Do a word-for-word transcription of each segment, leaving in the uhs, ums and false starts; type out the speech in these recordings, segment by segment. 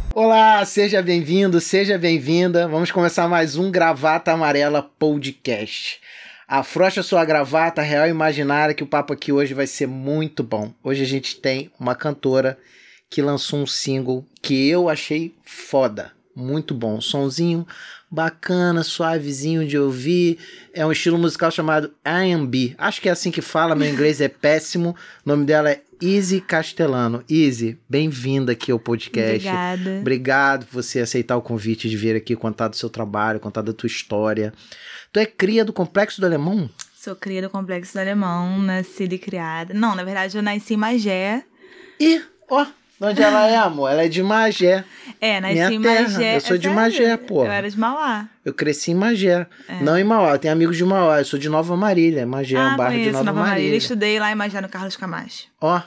Olá, seja bem-vindo, seja bem-vinda. Vamos começar mais um Gravata Amarela Podcast. Afrouxa sua gravata real e imaginária que o papo aqui hoje vai ser muito bom. Hoje a gente tem uma cantora que lançou um single que eu achei foda, muito bom. Sonzinho bacana, suavezinho de ouvir. É um estilo musical chamado R and B. Acho que é assim que fala, meu inglês é péssimo. O nome dela é Izzy Castellano. Izzy, bem-vinda aqui ao podcast. Obrigada. Obrigado por você aceitar o convite de vir aqui contar do seu trabalho, contar da tua história. Tu é cria do Complexo do Alemão? Sou cria do Complexo do Alemão, nascida e criada. Não, na verdade eu nasci em Magé. Ih, ó, onde ela é, amor? Ela é de Magé. É, nasci Minha em terra. Magé. Eu sou é de sério? Magé, pô. Eu era de Mauá. Eu cresci em Magé. É. Não em Mauá, eu tenho amigos de Mauá. Eu sou de Nova Marília. Magé é Ah, um bairro conheço de Nova, Nova Marília. Marília. Estudei lá em Magé, no Carlos Camacho. Ó,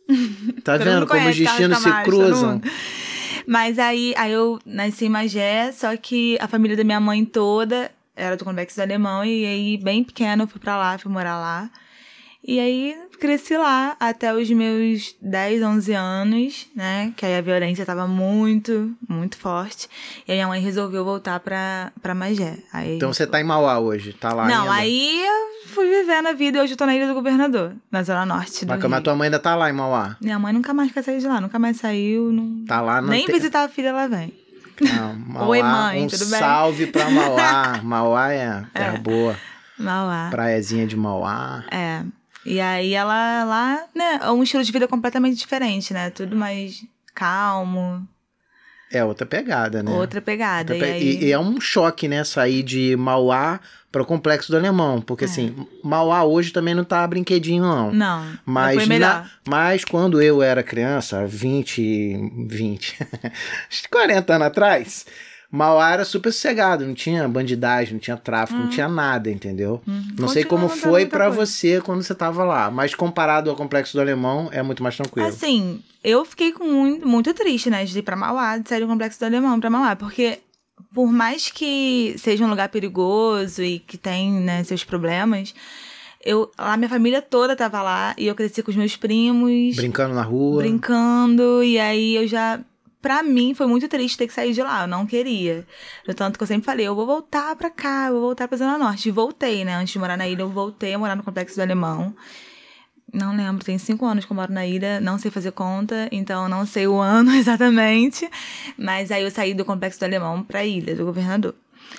tá Todo vendo mundo como os conhece destinos Carlos se Camacho, todo cruzam? mundo. Mas aí, aí eu nasci em Magé, só que a família da minha mãe toda era do Complexo do Alemão. E aí, bem pequena, eu fui pra lá, fui morar lá. E aí, cresci lá até os meus dez, onze anos, né? Que aí a violência tava muito, muito forte. E aí, minha mãe resolveu voltar pra, pra Magé. Aí, Então você tá em Mauá hoje, tá lá Não, ainda? aí eu fui vivendo a vida e hoje eu tô na Ilha do Governador, na Zona Norte do Mas, Rio. mas tua mãe ainda tá lá em Mauá? Minha mãe nunca mais quer sair de lá, nunca mais saiu. Não... Tá lá, não Nem tem- visitar a filha ela vem. Não, Mauá, Oi, mãe, um tudo bem? salve pra Mauá. Mauá é terra É. boa. Mauá. Praiazinha de Mauá. É. E aí ela lá, né, é um estilo de vida completamente diferente, né? Tudo mais calmo, É outra pegada, né? outra pegada. Outra E pe- aí... E, e é um choque, né? Sair de Mauá para o Complexo do Alemão. Porque, assim, Mauá hoje também não tá brinquedinho, não. Não, não Mas, foi melhor. na- mas quando eu era criança, vinte, vinte, quarenta anos atrás, Mauá era super sossegado, não tinha bandidagem, não tinha tráfico, não tinha nada, entendeu? Hum. Não sei como Continua não tendo foi muita pra coisa. você quando você tava lá, mas comparado ao Complexo do Alemão, é muito mais tranquilo. Assim, eu fiquei com muito, muito triste, né, de ir pra Mauá, de sair do Complexo do Alemão pra Mauá, porque por mais que seja um lugar perigoso e que tem, né, seus problemas, eu, lá minha família toda tava lá e eu cresci com os meus primos, Brincando na rua. brincando, e aí eu já... Pra mim, foi muito triste ter que sair de lá, eu não queria. No tanto que eu sempre falei, eu vou voltar pra cá, eu vou voltar pra Zona Norte. E voltei, né, antes de morar na ilha, eu voltei a morar no Complexo do Alemão. Não lembro, tem cinco anos que eu moro na ilha, não sei fazer conta, então não sei o ano exatamente. Mas aí eu saí do Complexo do Alemão pra Ilha do Governador.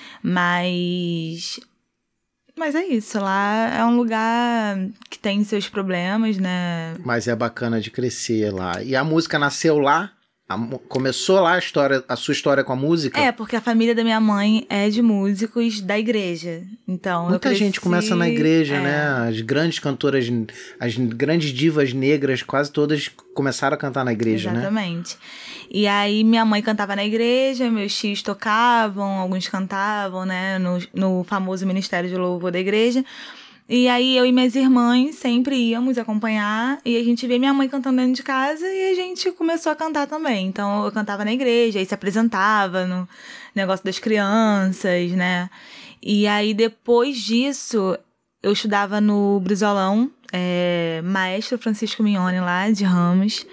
Mas... Mas é isso, lá é um lugar que tem seus problemas, né? Mas é bacana de crescer lá. E a música nasceu lá? A mu- começou lá a história, a sua história com a música? É, porque a família da minha mãe é de músicos da igreja. Então, eu Muita cresci... gente começa na igreja, é. né? As grandes cantoras, as grandes divas negras, quase todas começaram a cantar na igreja, né? Exatamente. E aí minha mãe cantava na igreja, meus tios tocavam, alguns cantavam, né, no, no famoso Ministério de Louvor da igreja. E aí eu e minhas irmãs sempre íamos acompanhar e a gente via minha mãe cantando dentro de casa e a gente começou a cantar também. Então eu cantava na igreja, aí se apresentava no negócio das crianças, né? E aí depois disso eu estudava no Brizolão, é, Maestro Francisco Mignone lá de Ramos.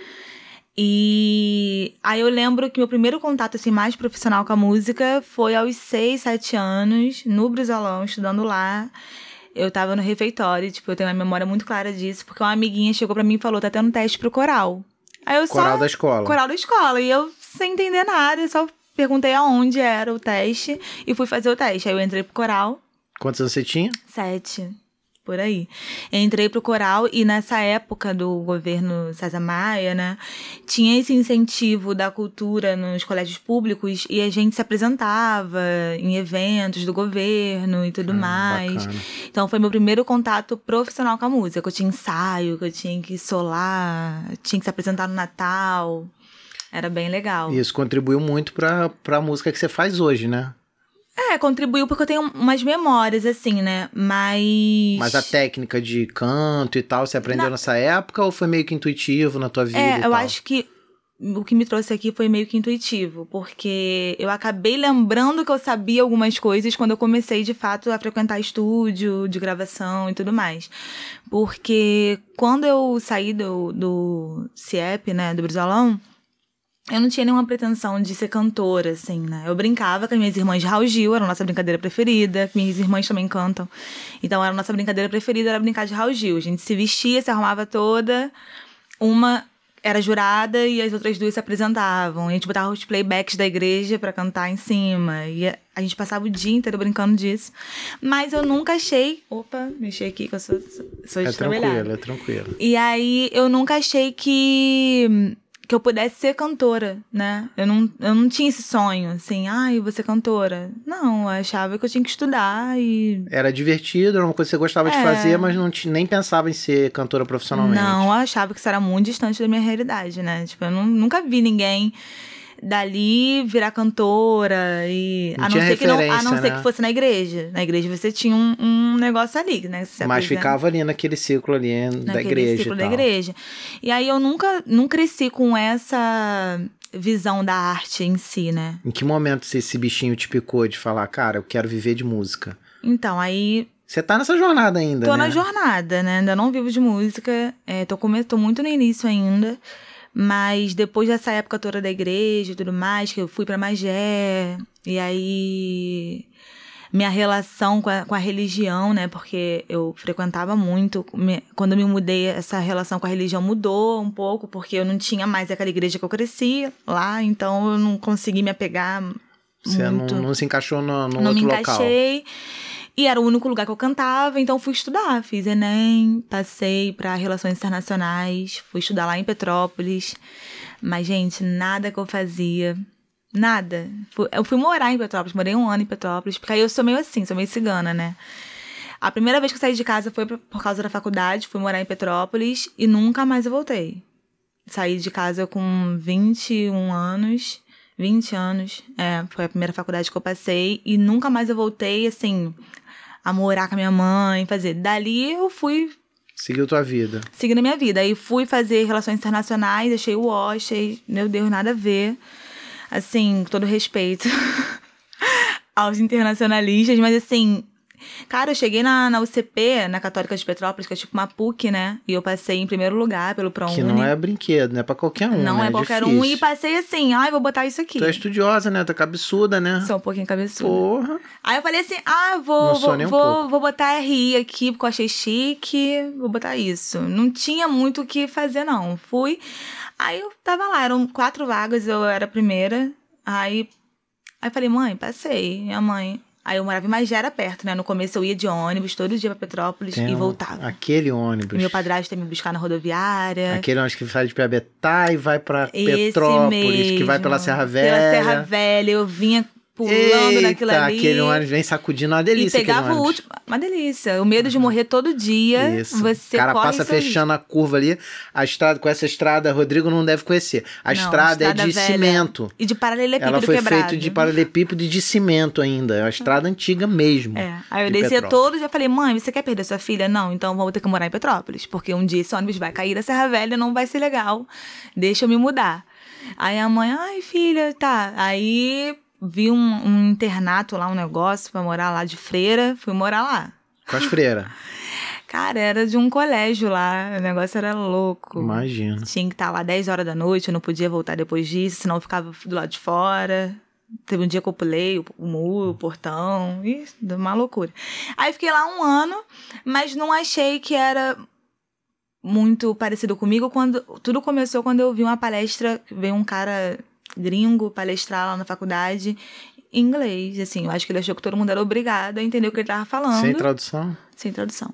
E aí eu lembro que meu primeiro contato assim, mais profissional com a música foi aos seis, sete anos, no Brizolão, estudando lá. Eu tava no refeitório, tipo, eu tenho uma memória muito clara disso, porque uma amiguinha chegou pra mim e falou, tá tendo teste pro coral. Aí eu Coral só... da escola. Coral da escola. E eu, sem entender nada, só perguntei aonde era o teste e fui fazer o teste. Aí eu entrei pro coral. Quantos anos você tinha? Sete. Por aí. Entrei pro coral e nessa época do governo César Maia, né, tinha esse incentivo da cultura nos colégios públicos e a gente se apresentava em eventos do governo e tudo Ah, mais. bacana. Então foi meu primeiro contato profissional com a música. Eu tinha ensaio, que eu tinha que solar, tinha que se apresentar no Natal. Era bem legal. E isso contribuiu muito pra, pra música que você faz hoje, né? É, contribuiu porque eu tenho umas memórias, assim, né? Mas... Mas a técnica de canto e tal, você aprendeu Não. nessa época ou foi meio que intuitivo na tua vida e É, eu tal? acho que o que me trouxe aqui foi meio que intuitivo, porque eu acabei lembrando que eu sabia algumas coisas quando eu comecei, de fato, a frequentar estúdio de gravação e tudo mais. Porque quando eu saí do, do C I E P, né, do Brizolão, eu não tinha nenhuma pretensão de ser cantora, assim, né? Eu brincava com as minhas irmãs de Raul Gil, era a nossa brincadeira preferida. Minhas irmãs também cantam. Então, era a nossa brincadeira preferida, era brincar de Raul Gil. A gente se vestia, se arrumava toda. Uma era jurada e as outras duas se apresentavam. E a gente botava os playbacks da igreja pra cantar em cima. E a gente passava o dia inteiro brincando disso. Mas eu nunca achei... Opa, mexi aqui que eu sou, sou É tranquilo, é tranquilo. E aí, eu nunca achei que... que eu pudesse ser cantora, né? Eu não, eu não tinha esse sonho, assim, ai, eu vou ser cantora. Não, eu achava que eu tinha que estudar e... Era divertido, era uma coisa que você gostava é. de fazer, mas não t- nem pensava em ser cantora profissionalmente. Não, eu achava que isso era muito distante da minha realidade, né? Tipo, eu não, nunca vi ninguém dali virar cantora e... Não a não tinha ser que não, a referência, não ser né? que fosse na igreja. Na igreja você tinha um, um negócio ali, né? Você Mas apresenta. ficava ali naquele ciclo ali da Naquele igreja ciclo e da tal. igreja. E aí eu nunca, não cresci com essa visão da arte em si, né? Em que momento esse bichinho te picou de falar, cara, eu quero viver de música? Então, aí... Você tá nessa jornada ainda, Tô né? na jornada, né? Ainda não vivo de música. É, tô, come... tô muito no início ainda. Mas depois dessa época toda da igreja e tudo mais, que eu fui pra Magé. E aí... Minha relação com a, com a religião, né? Porque eu frequentava muito. Me, quando eu me mudei, essa relação com a religião mudou um pouco, porque eu não tinha mais aquela igreja que eu cresci lá, então eu não consegui me apegar Você muito. não, não se encaixou no, no não outro me local. encaixei. E era o único lugar que eu cantava, então fui estudar. Fiz Enem, passei para Relações Internacionais, fui estudar lá em Petrópolis. Mas, gente, nada que eu fazia... Nada. Eu fui morar em Petrópolis, morei um ano em Petrópolis, porque aí eu sou meio assim, sou meio cigana, né? A primeira vez que eu saí de casa foi por causa da faculdade, fui morar em Petrópolis e nunca mais eu voltei. Saí de casa com vinte e um anos, vinte anos, é, foi a primeira faculdade que eu passei e nunca mais eu voltei, assim, a morar com a minha mãe, fazer. Dali eu fui... Seguiu tua vida. Seguindo a minha vida. Aí fui fazer Relações Internacionais, achei o ó, achei, meu Deus, nada a ver. Assim, com todo respeito aos internacionalistas, mas assim, cara, eu cheguei na, na U C P, na Católica de Petrópolis, que é tipo uma PUC, né? E eu passei em primeiro lugar pelo ProUni. Que não é brinquedo, não é pra qualquer um, Não né? é qualquer difícil. um. E passei assim, ai, vou botar isso aqui. Tu é estudiosa, né? Tu é cabeçuda, né? Sou um pouquinho cabeçuda. Porra. Aí eu falei assim, ah, vou, Não sou vou, nem um vou, pouco. vou botar R I aqui, porque eu achei chique, vou botar isso. Não tinha muito o que fazer, não. Fui, aí eu tava lá, eram quatro vagas, eu era a primeira, aí... Aí eu falei, mãe, passei. Minha mãe... Aí eu morava em Magé, era perto, né? No começo eu ia de ônibus todo dia pra Petrópolis Tem e um- voltava. Aquele ônibus. E meu padrasto ia me buscar na rodoviária. Aquele ônibus que sai de Piabetá e vai pra Esse Petrópolis, que vai mesmo. pela Serra Velha. Pela Serra Velha. Eu vinha pulando Eita, naquilo ali. aquele ônibus vem sacudindo, uma delícia. E pegava aquele o ônibus. último. Uma delícia. O medo de morrer todo dia. Isso. Você O cara corre passa seu risco. fechando a curva ali. A estrada, com essa estrada, Rodrigo não deve conhecer. A Não, estrada, é de velha. cimento. E de paralelepípedo Ela foi quebrado. feita de paralelepípedo e de cimento ainda. É uma estrada antiga mesmo. É. Aí eu de descia Petrópolis. todo dia e falei, mãe, você quer perder sua filha? Não, então vou ter que morar em Petrópolis. Porque um dia esse ônibus vai cair da Serra Velha, não vai ser legal. Deixa eu me mudar. Aí a mãe, ai, filha, tá. Aí vi um, um internato lá, um negócio pra morar lá de freira. Fui morar lá. Com as freiras. Cara, era de um colégio lá. O negócio era louco. Imagina. Tinha que estar lá dez horas da noite, eu não podia voltar depois disso, senão eu ficava do lado de fora. Teve um dia que eu pulei o, o muro, o portão, e deu uma loucura. Aí fiquei lá um ano, mas não achei que era muito parecido comigo. Quando tudo começou quando eu vi uma palestra, veio um cara gringo palestrar lá na faculdade em inglês, assim. Eu acho que ele achou que todo mundo era obrigado a entender o que ele tava falando. Sem tradução? Sem tradução.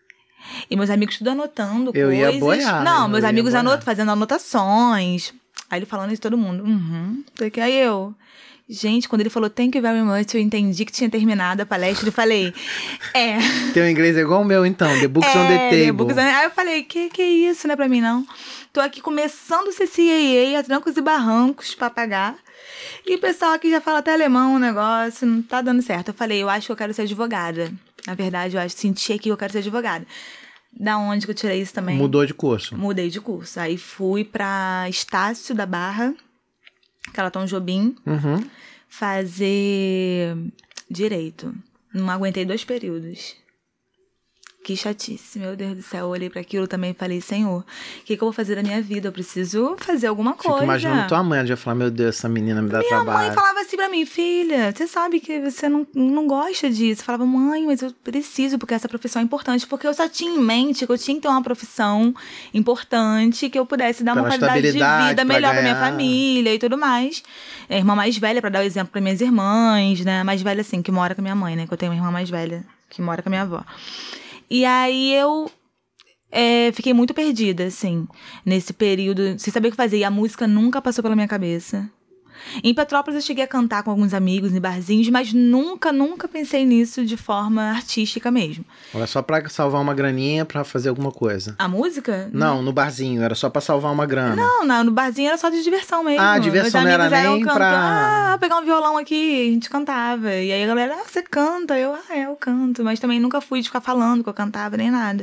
E meus amigos tudo anotando Eu coisas. ia boiar, Não, eu meus ia amigos boiar. anot... fazendo anotações. Aí ele falando isso todo mundo. Uhum. Porque aí eu... Gente, quando ele falou thank you very much, eu entendi que tinha terminado a palestra e falei, é... Teu inglês é igual o meu, então. The books on the é, table. The books on... Aí eu falei, que que é isso, não é pra mim, não. Tô aqui começando o C C A A, a trancos e barrancos pra pagar. E o pessoal aqui já fala até alemão o negócio, não tá dando certo. Eu falei, eu acho que eu quero ser advogada. Na verdade, eu acho, senti aqui que eu quero ser advogada. Da onde que eu tirei isso também? Mudou de curso. Mudei de curso. Aí fui pra Estácio da Barra, aquela Tom Jobim, Uhum. fazer direito. Não aguentei dois períodos. Que chatice, meu Deus do céu. Eu olhei pra aquilo também e falei, Senhor, o que, que eu vou fazer da minha vida? Eu preciso fazer alguma coisa. Fico imaginando tua mãe, ela já falar, meu Deus, essa menina me dá minha trabalho. Minha mãe falava assim pra mim, filha, você sabe que você não, não gosta disso. Eu falava, mãe, mas eu preciso, porque essa profissão é importante. Porque eu só tinha em mente que eu tinha que ter uma profissão importante, que eu pudesse dar Pela uma qualidade de vida pra melhor pra ganhar. minha família e tudo mais. A irmã mais velha, pra dar o exemplo pra minhas irmãs, né? Mais velha, assim, que mora com a minha mãe, né? Que eu tenho uma irmã mais velha que mora com a minha avó. E aí eu é, fiquei muito perdida, assim, nesse período, sem saber o que fazer. E a música nunca passou pela minha cabeça. Em Petrópolis eu cheguei a cantar com alguns amigos em barzinhos, mas nunca, nunca pensei nisso de forma artística mesmo. Era só pra salvar uma graninha pra fazer alguma coisa. A música? Não, no barzinho, era só pra salvar uma grana. Não, não, no barzinho era só de diversão mesmo. Ah, diversão não era nem cantando, pra... Ah, pegar um violão aqui, a gente cantava. E aí a galera, ah, você canta? Eu, ah, é, eu canto. Mas também nunca fui de ficar falando que eu cantava, nem nada.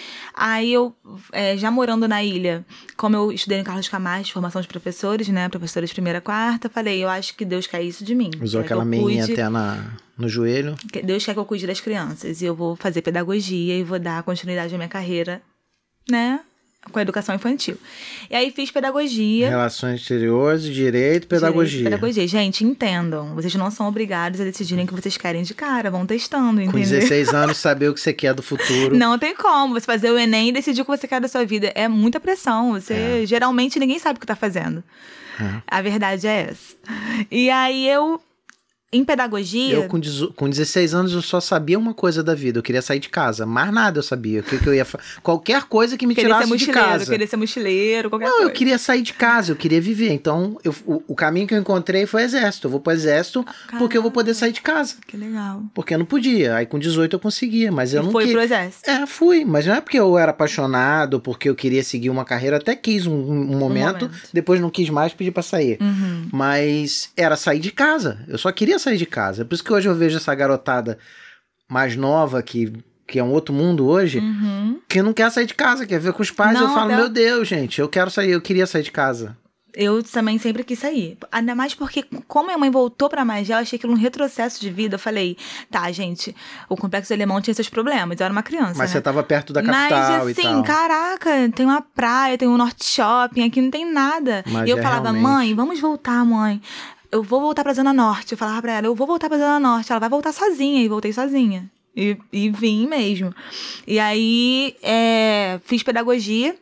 Aí eu, é, já morando na ilha, como eu estudei no Carlos Camacho, formação de professores, né, professores de primeira a quarta, falei, eu acho que Deus quer isso de mim. Usou quer aquela meinha até na, no joelho. Deus quer que eu cuide das crianças e eu vou fazer pedagogia e vou dar continuidade à minha carreira, né, com a educação infantil. E aí fiz pedagogia. Relações exteriores, direito, pedagogia. Direito, pedagogia. Gente, entendam. Vocês não são obrigados a decidirem o que vocês querem de cara. Vão testando, entendeu? Com dezesseis anos, saber o que você quer do futuro. Não tem como. Você fazer o Enem e decidir o que você quer da sua vida. É muita pressão. Você, é. Geralmente, ninguém sabe o que tá fazendo. É. A verdade é essa. E aí, eu... Em pedagogia... Eu, com, com dezesseis anos, eu só sabia uma coisa da vida. Eu queria sair de casa. Mais nada eu sabia. O que, que eu ia fazer. Qualquer coisa que me queria tirasse ser de casa. Queria ser mochileiro, qualquer Não, coisa. eu queria sair de casa. Eu queria viver. Então, eu, o, o caminho que eu encontrei foi exército. Eu vou pro exército ah, porque eu vou poder sair de casa. Que legal. Porque eu não podia. Aí, com dezoito, eu conseguia. Mas eu e não foi que... pro exército? É, fui. Mas não é porque eu era apaixonado, porque eu queria seguir uma carreira. Até quis um, um, momento, um momento. Depois não quis mais, pedi pra sair. Uhum. Mas era sair de casa. Eu só queria sair de casa. Por isso que hoje eu vejo essa garotada mais nova, que, que é um outro mundo hoje, uhum. que não quer sair de casa, quer ver com os pais. Não, eu falo, até... meu Deus, gente, eu quero sair, eu queria sair de casa. Eu também sempre quis sair. Ainda mais porque, como minha mãe voltou pra Magé, eu achei aquilo um retrocesso de vida. Eu falei, tá, gente, o Complexo Alemão tinha seus problemas, eu era uma criança, Mas né? você tava perto da capital Mas, assim, e tal. caraca, tem uma praia, tem um Norte Shopping, aqui não tem nada. Magé, e eu falava, realmente. mãe, vamos voltar, mãe. Eu vou voltar pra Zona Norte. Eu falava pra ela, eu vou voltar pra Zona Norte. Ela vai voltar sozinha. E voltei sozinha. E, e vim mesmo. E aí, é, fiz pedagogia.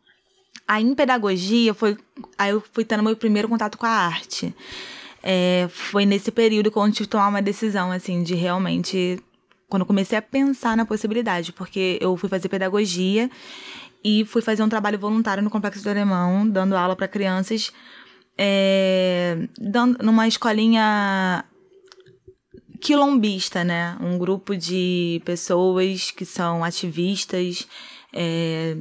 Aí, em pedagogia, foi, aí eu fui tendo meu primeiro contato com a arte. É, foi nesse período que eu tive que tomar uma decisão, assim, de realmente... Quando eu comecei a pensar na possibilidade. Porque eu fui fazer pedagogia e fui fazer um trabalho voluntário no Complexo do Alemão, dando aula pra crianças... É, dando, numa escolinha quilombista, né? Um grupo de pessoas que são ativistas é,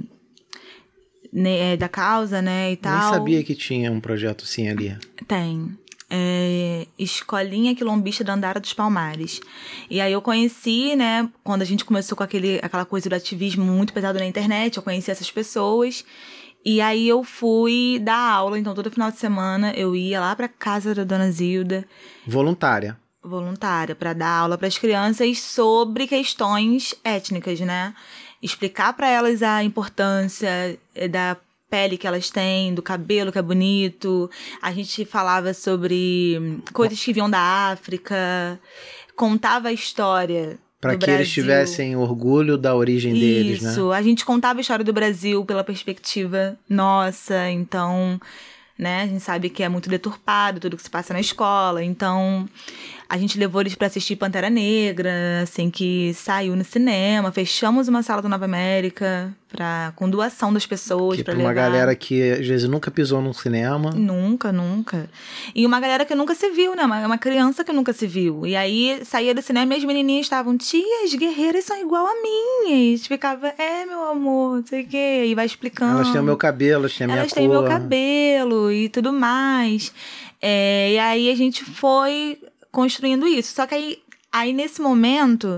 né, da causa, né, e tal. Nem sabia que tinha um projeto assim ali. Tem. É, Escolinha Quilombista da Andara dos Palmares. E aí eu conheci, né, quando a gente começou com aquele, aquela coisa do ativismo muito pesado na internet, eu conheci essas pessoas... E aí eu fui dar aula, então todo final de semana eu ia lá pra casa da dona Zilda. Voluntária. Voluntária, pra dar aula pras crianças sobre questões étnicas, né? Explicar pra elas a importância da pele que elas têm, do cabelo que é bonito. A gente falava sobre coisas que vinham da África, contava a história... Para que Brasil. Eles tivessem orgulho da origem Isso. deles, né? Isso, a gente contava a história do Brasil pela perspectiva nossa, então, né, a gente sabe que é muito deturpado tudo que se passa na escola, então a gente levou eles para assistir Pantera Negra, assim, que saiu no cinema, fechamos uma sala do Nova América pra, com doação das pessoas para levar. Uma galera que às vezes nunca pisou num cinema. Nunca, nunca. E uma galera que nunca se viu, né? Uma, uma criança que nunca se viu. E aí saía do cinema e as menininhas estavam, tias, guerreiras são igual a mim. E a gente ficava, é, meu amor, não sei o quê. E vai explicando. Elas têm o meu cabelo, elas têm a minha elas cor. Elas têm meu cabelo e tudo mais. É, e aí a gente foi construindo isso. Só que aí, aí nesse momento,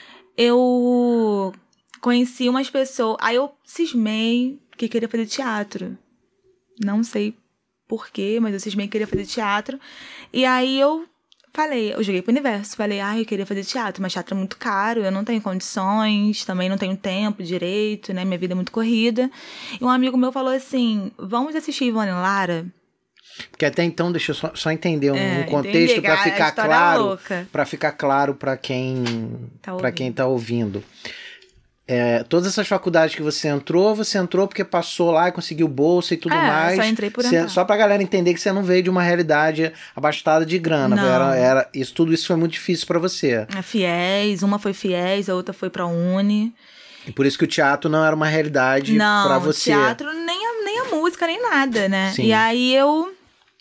eu conheci umas pessoas... Aí eu cismei que queria fazer teatro. Não sei por quê, mas eu cismei que queria fazer teatro. E aí eu falei, eu joguei pro universo. Falei, ai, eu queria fazer teatro, mas teatro é muito caro, eu não tenho condições, também não tenho tempo direito, né? Minha vida é muito corrida. E um amigo meu falou assim, vamos assistir Ivone Lara? Porque até então, deixa eu só, só entender um, É, um contexto para ficar claro, para ficar claro para quem tá para quem tá ouvindo. É, todas essas faculdades que você entrou, você entrou porque passou lá e conseguiu bolsa e tudo é, mais. Só entrei por você, entrar. Só pra galera entender que você não veio de uma realidade abastada de grana. Não. Era, era, isso, tudo isso foi muito difícil para você. É FIES, uma foi FIES, a outra foi pra Uni. E por isso que o teatro não era uma realidade para você. Não, teatro nem a, nem a música, nem nada, né? Sim. E aí eu,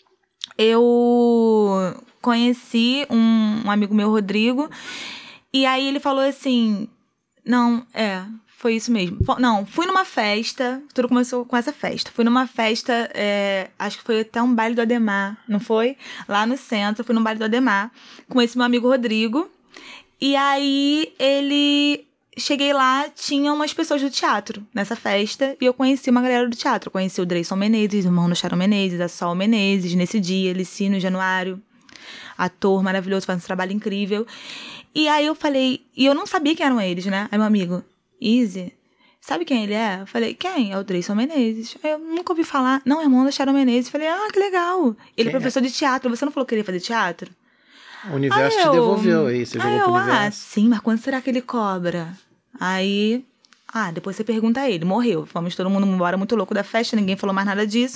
eu conheci um, um amigo meu, Rodrigo, e aí ele falou assim... Não, é, foi isso mesmo. Não, fui numa festa, tudo começou com essa festa. Fui numa festa, é, acho que foi até um baile do Ademar, não foi? Lá no centro, fui num baile do Ademar, com esse meu amigo Rodrigo. E aí, ele... Cheguei lá, tinha umas pessoas do teatro nessa festa, e eu conheci uma galera do teatro. Eu conheci o Dreyson Menezes, o irmão do Sharon Menezes, a Sol Menezes, nesse dia, Licínio Januário, ator maravilhoso, faz um trabalho incrível. E aí eu falei, e eu não sabia quem eram eles, né? Aí meu amigo, Izzy, sabe quem ele é? Eu falei, quem? É o Dreyson Menezes. Aí eu nunca ouvi falar. Não, é irmão da Sharon Menezes. Eu falei, ah, que legal. Ele é professor de teatro. Você não falou que queria fazer teatro? O universo aí te eu, devolveu aí, você aí jogou eu, pro universo. Ah, sim, mas quanto será que ele cobra? Aí, ah, depois você pergunta a ele. Morreu. Fomos todo mundo embora muito louco da festa, ninguém falou mais nada disso.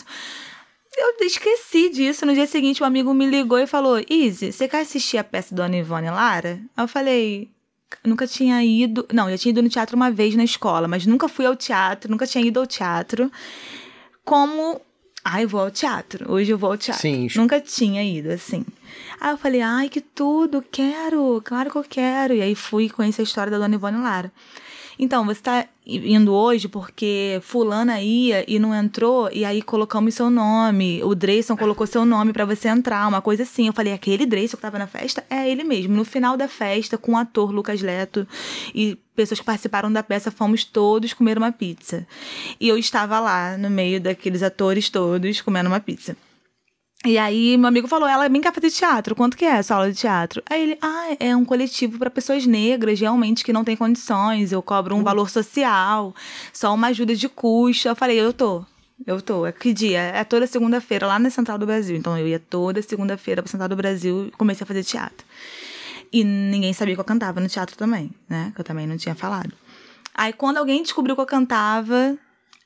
Eu esqueci disso. No dia seguinte, um amigo me ligou e falou, Izzy, você quer assistir a peça do Dona Ivone Lara? Aí eu falei, eu nunca tinha ido... Não, eu tinha ido no teatro uma vez na escola, mas nunca fui ao teatro, nunca tinha ido ao teatro. Como... Ai, vou ao teatro. Hoje eu vou ao teatro. Sim. Nunca tinha ido, assim. Aí eu falei, ai, que tudo, quero, claro que eu quero. E aí fui conhecer a história da Dona Ivone Lara. Então, você tá indo hoje porque fulana ia e não entrou, e aí colocamos seu nome. O Dreyson colocou seu nome pra você entrar, uma coisa assim. Eu falei, aquele Dreyson que tava na festa? É ele mesmo. No final da festa, com o ator Lucas Leto e pessoas que participaram da peça, fomos todos comer uma pizza. E eu estava lá, no meio daqueles atores todos, comendo uma pizza. E aí, meu amigo falou, ela bem quer fazer teatro, quanto que é essa aula de teatro? Aí ele, ah, é um coletivo para pessoas negras, realmente, que não tem condições, eu cobro um uhum. valor social, só uma ajuda de custo. Eu falei, eu tô, eu tô, é que dia? É toda segunda-feira, lá na Central do Brasil. Então, eu ia toda segunda-feira pra Central do Brasil e comecei a fazer teatro. E ninguém sabia que eu cantava no teatro também, né? Que eu também não tinha falado. Aí, quando alguém descobriu que eu cantava,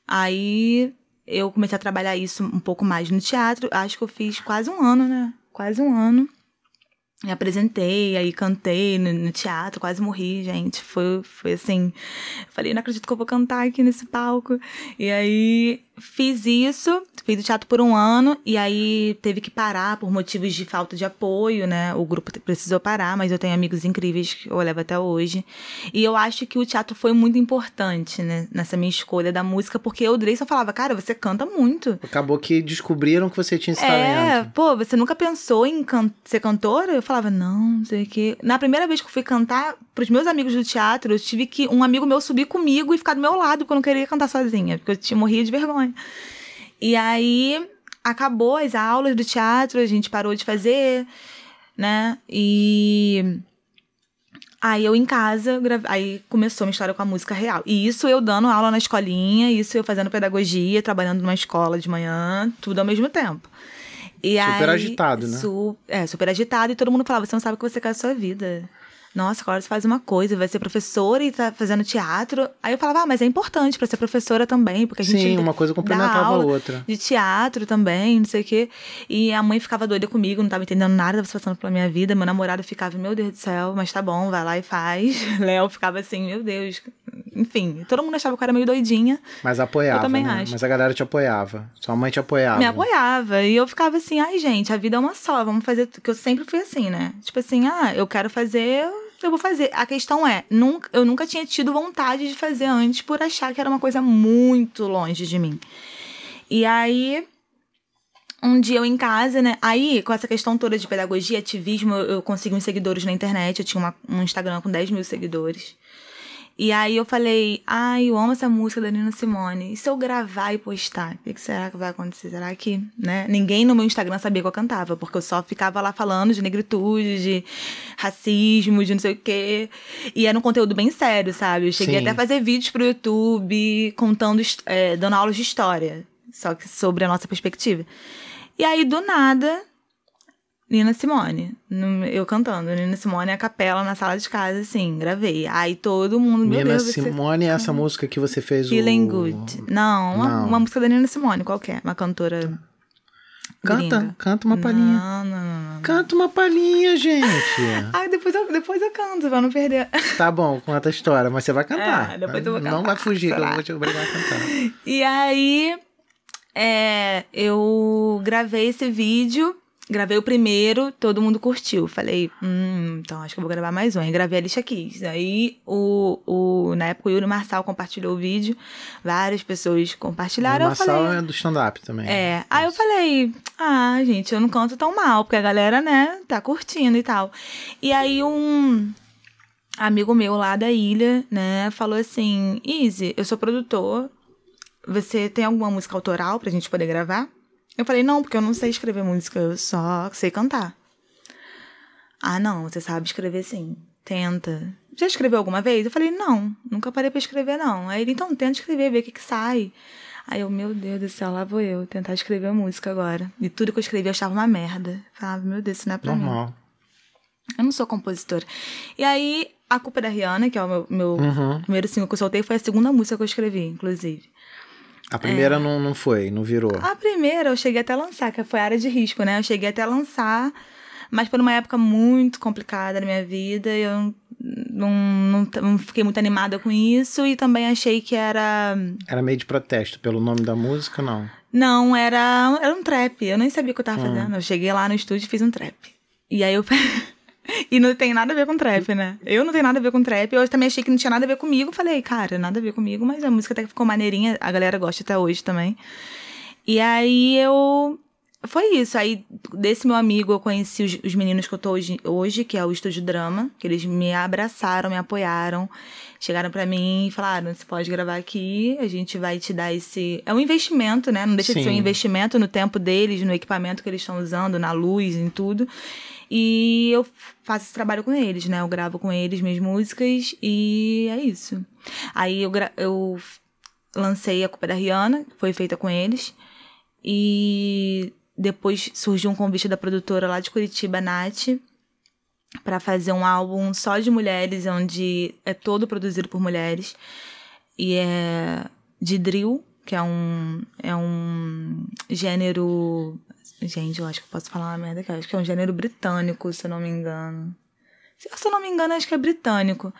aí... eu comecei a trabalhar isso um pouco mais no teatro. Acho que eu fiz quase um ano, né? Quase um ano. Me apresentei, aí cantei no, no teatro. Quase morri, gente. Foi, foi assim... Falei, não acredito que eu vou cantar aqui nesse palco. E aí, fiz isso. Fiz o teatro por um ano. E aí, teve que parar por motivos de falta de apoio, né? O grupo precisou parar, mas eu tenho amigos incríveis que eu levo até hoje. E eu acho que o teatro foi muito importante, né? Nessa minha escolha da música. Porque o Dreyson falava, cara, você canta muito. Acabou que descobriram que você tinha esse é, talento. É, pô, você nunca pensou em can- ser cantora? Eu falava, não, não sei o quê. Na primeira vez que eu fui cantar pros meus amigos do teatro, eu tive que um amigo meu subir comigo e ficar do meu lado, porque eu não queria cantar sozinha, porque eu tinha, morria de vergonha. E aí, acabou as aulas do teatro, a gente parou de fazer, né? E... aí eu em casa, grave... aí começou uma história com a música real. E isso eu dando aula na escolinha, isso eu fazendo pedagogia, trabalhando numa escola de manhã, tudo ao mesmo tempo. E super aí, agitado, né? Su- é, super agitado. E todo mundo falava, você não sabe o que você quer da sua vida. Nossa, agora você faz uma coisa, vai ser professora e tá fazendo teatro. Aí eu falava, ah, mas é importante pra ser professora também, porque a gente Sim, uma coisa complementava a outra. De teatro também, não sei o quê. E a mãe ficava doida comigo, não tava entendendo nada, tava se passando pela minha vida. Meu namorado ficava, meu Deus do céu, mas tá bom, vai lá e faz. Léo ficava assim, meu Deus. Enfim, todo mundo achava que eu era meio doidinha. Mas apoiava, eu também né? acho. Mas a galera te apoiava. Sua mãe te apoiava. Me apoiava. E eu ficava assim, ai, gente, a vida é uma só, vamos fazer... Porque eu sempre fui assim, né? Tipo assim, ah, eu quero fazer, eu vou fazer. A questão é, nunca, eu nunca tinha tido vontade de fazer antes por achar que era uma coisa muito longe de mim. E aí... um dia eu em casa, né? Aí, com essa questão toda de pedagogia, ativismo, eu, eu consegui uns seguidores na internet. Eu tinha uma, um Instagram com dez mil seguidores. E aí eu falei, ai, eu amo essa música da Nina Simone. E se eu gravar e postar? O que, que será que vai acontecer? Será que, né? Ninguém no meu Instagram sabia que eu cantava, porque eu só ficava lá falando de negritude, de racismo, de não sei o quê. E era um conteúdo bem sério, sabe? Eu cheguei Sim. até a fazer vídeos pro YouTube contando, é, dando aulas de história, só que sobre a nossa perspectiva. E aí, do nada, Nina Simone, no- eu cantando Nina Simone a capela na sala de casa, assim, gravei. Aí todo mundo, meu Nina Deus, você... Simone é essa música que você fez Feeling o... Good. Não, uma, Não. uma música da Nina Simone, qualquer, uma cantora Canta, gringa. canta uma palhinha. Não, não, não, não. Canta uma palhinha, gente. Ah, depois eu, depois eu canto, pra não perder. Tá bom, conta a história, mas você vai cantar. É, depois eu vou Não cantar, vai fugir, que eu será? vou te obrigar a cantar. E aí, é, eu gravei esse vídeo, gravei o primeiro, todo mundo curtiu. Falei, hum, então acho que eu vou gravar mais um. Aí gravei a Lixa Keys. Aí, o, o, na época, o Yuri Marçal compartilhou o vídeo, várias pessoas compartilharam. O Eu falei, Marçal é do stand-up também. é, aí eu falei, ah, gente, eu não canto tão mal, porque a galera, né, tá curtindo e tal. E aí um amigo meu lá da ilha, né, falou assim, Izzy, eu sou produtor, você tem alguma música autoral pra gente poder gravar? Eu falei, não, porque eu não sei escrever música, eu só sei cantar. Ah, não, você sabe escrever sim, tenta. Já escreveu alguma vez? Eu falei, não, nunca parei pra escrever, não. Aí ele, então, tenta escrever, ver o que que sai. Aí eu, meu Deus do céu, lá vou eu tentar escrever música agora. E tudo que eu escrevi eu achava uma merda. Falava, meu Deus, isso não é pra Normal. mim. Eu não sou compositora. E aí, A Culpa é da Rihanna, que é o meu, meu Uhum. primeiro single que eu soltei, foi a segunda música que eu escrevi, inclusive. A primeira não, não foi, não virou. A primeira eu cheguei até a lançar, que foi Área de Risco, né? Eu cheguei até a lançar, mas foi numa época muito complicada na minha vida. Eu não, não, não fiquei muito animada com isso e também achei que era... Era meio de protesto pelo nome da música, não? Não, era, era um trap. Eu nem sabia o que eu tava Hum. fazendo. Eu cheguei lá no estúdio e fiz um trap. E aí eu... E não tem nada a ver com trap, né? Eu não tenho nada a ver com trap. Eu também achei que não tinha nada a ver comigo. Falei, cara, nada a ver comigo. Mas a música até que ficou maneirinha. A galera gosta até hoje também. E aí eu... Foi isso. Aí desse meu amigo eu conheci os, os meninos que eu tô hoje, hoje, que é o Estúdio Drama. Que eles me abraçaram, me apoiaram. Chegaram pra mim e falaram, você pode gravar aqui, a gente vai te dar esse... É um investimento, né? Não deixa de ser um Sim. investimento no tempo deles, no equipamento que eles estão usando, na luz, em tudo. E eu faço esse trabalho com eles, né? Eu gravo com eles minhas músicas e é isso. Aí eu, gra... eu lancei A Culpa é da Rihanna, que foi feita com eles. E depois surgiu um convite da produtora lá de Curitiba, Nath, para fazer um álbum só de mulheres, onde é todo produzido por mulheres. E é de drill, que é um, é um gênero... Gente, eu acho que eu posso falar uma merda aqui. Eu acho que é um gênero britânico, se eu não me engano. Se eu não me engano, acho que é britânico.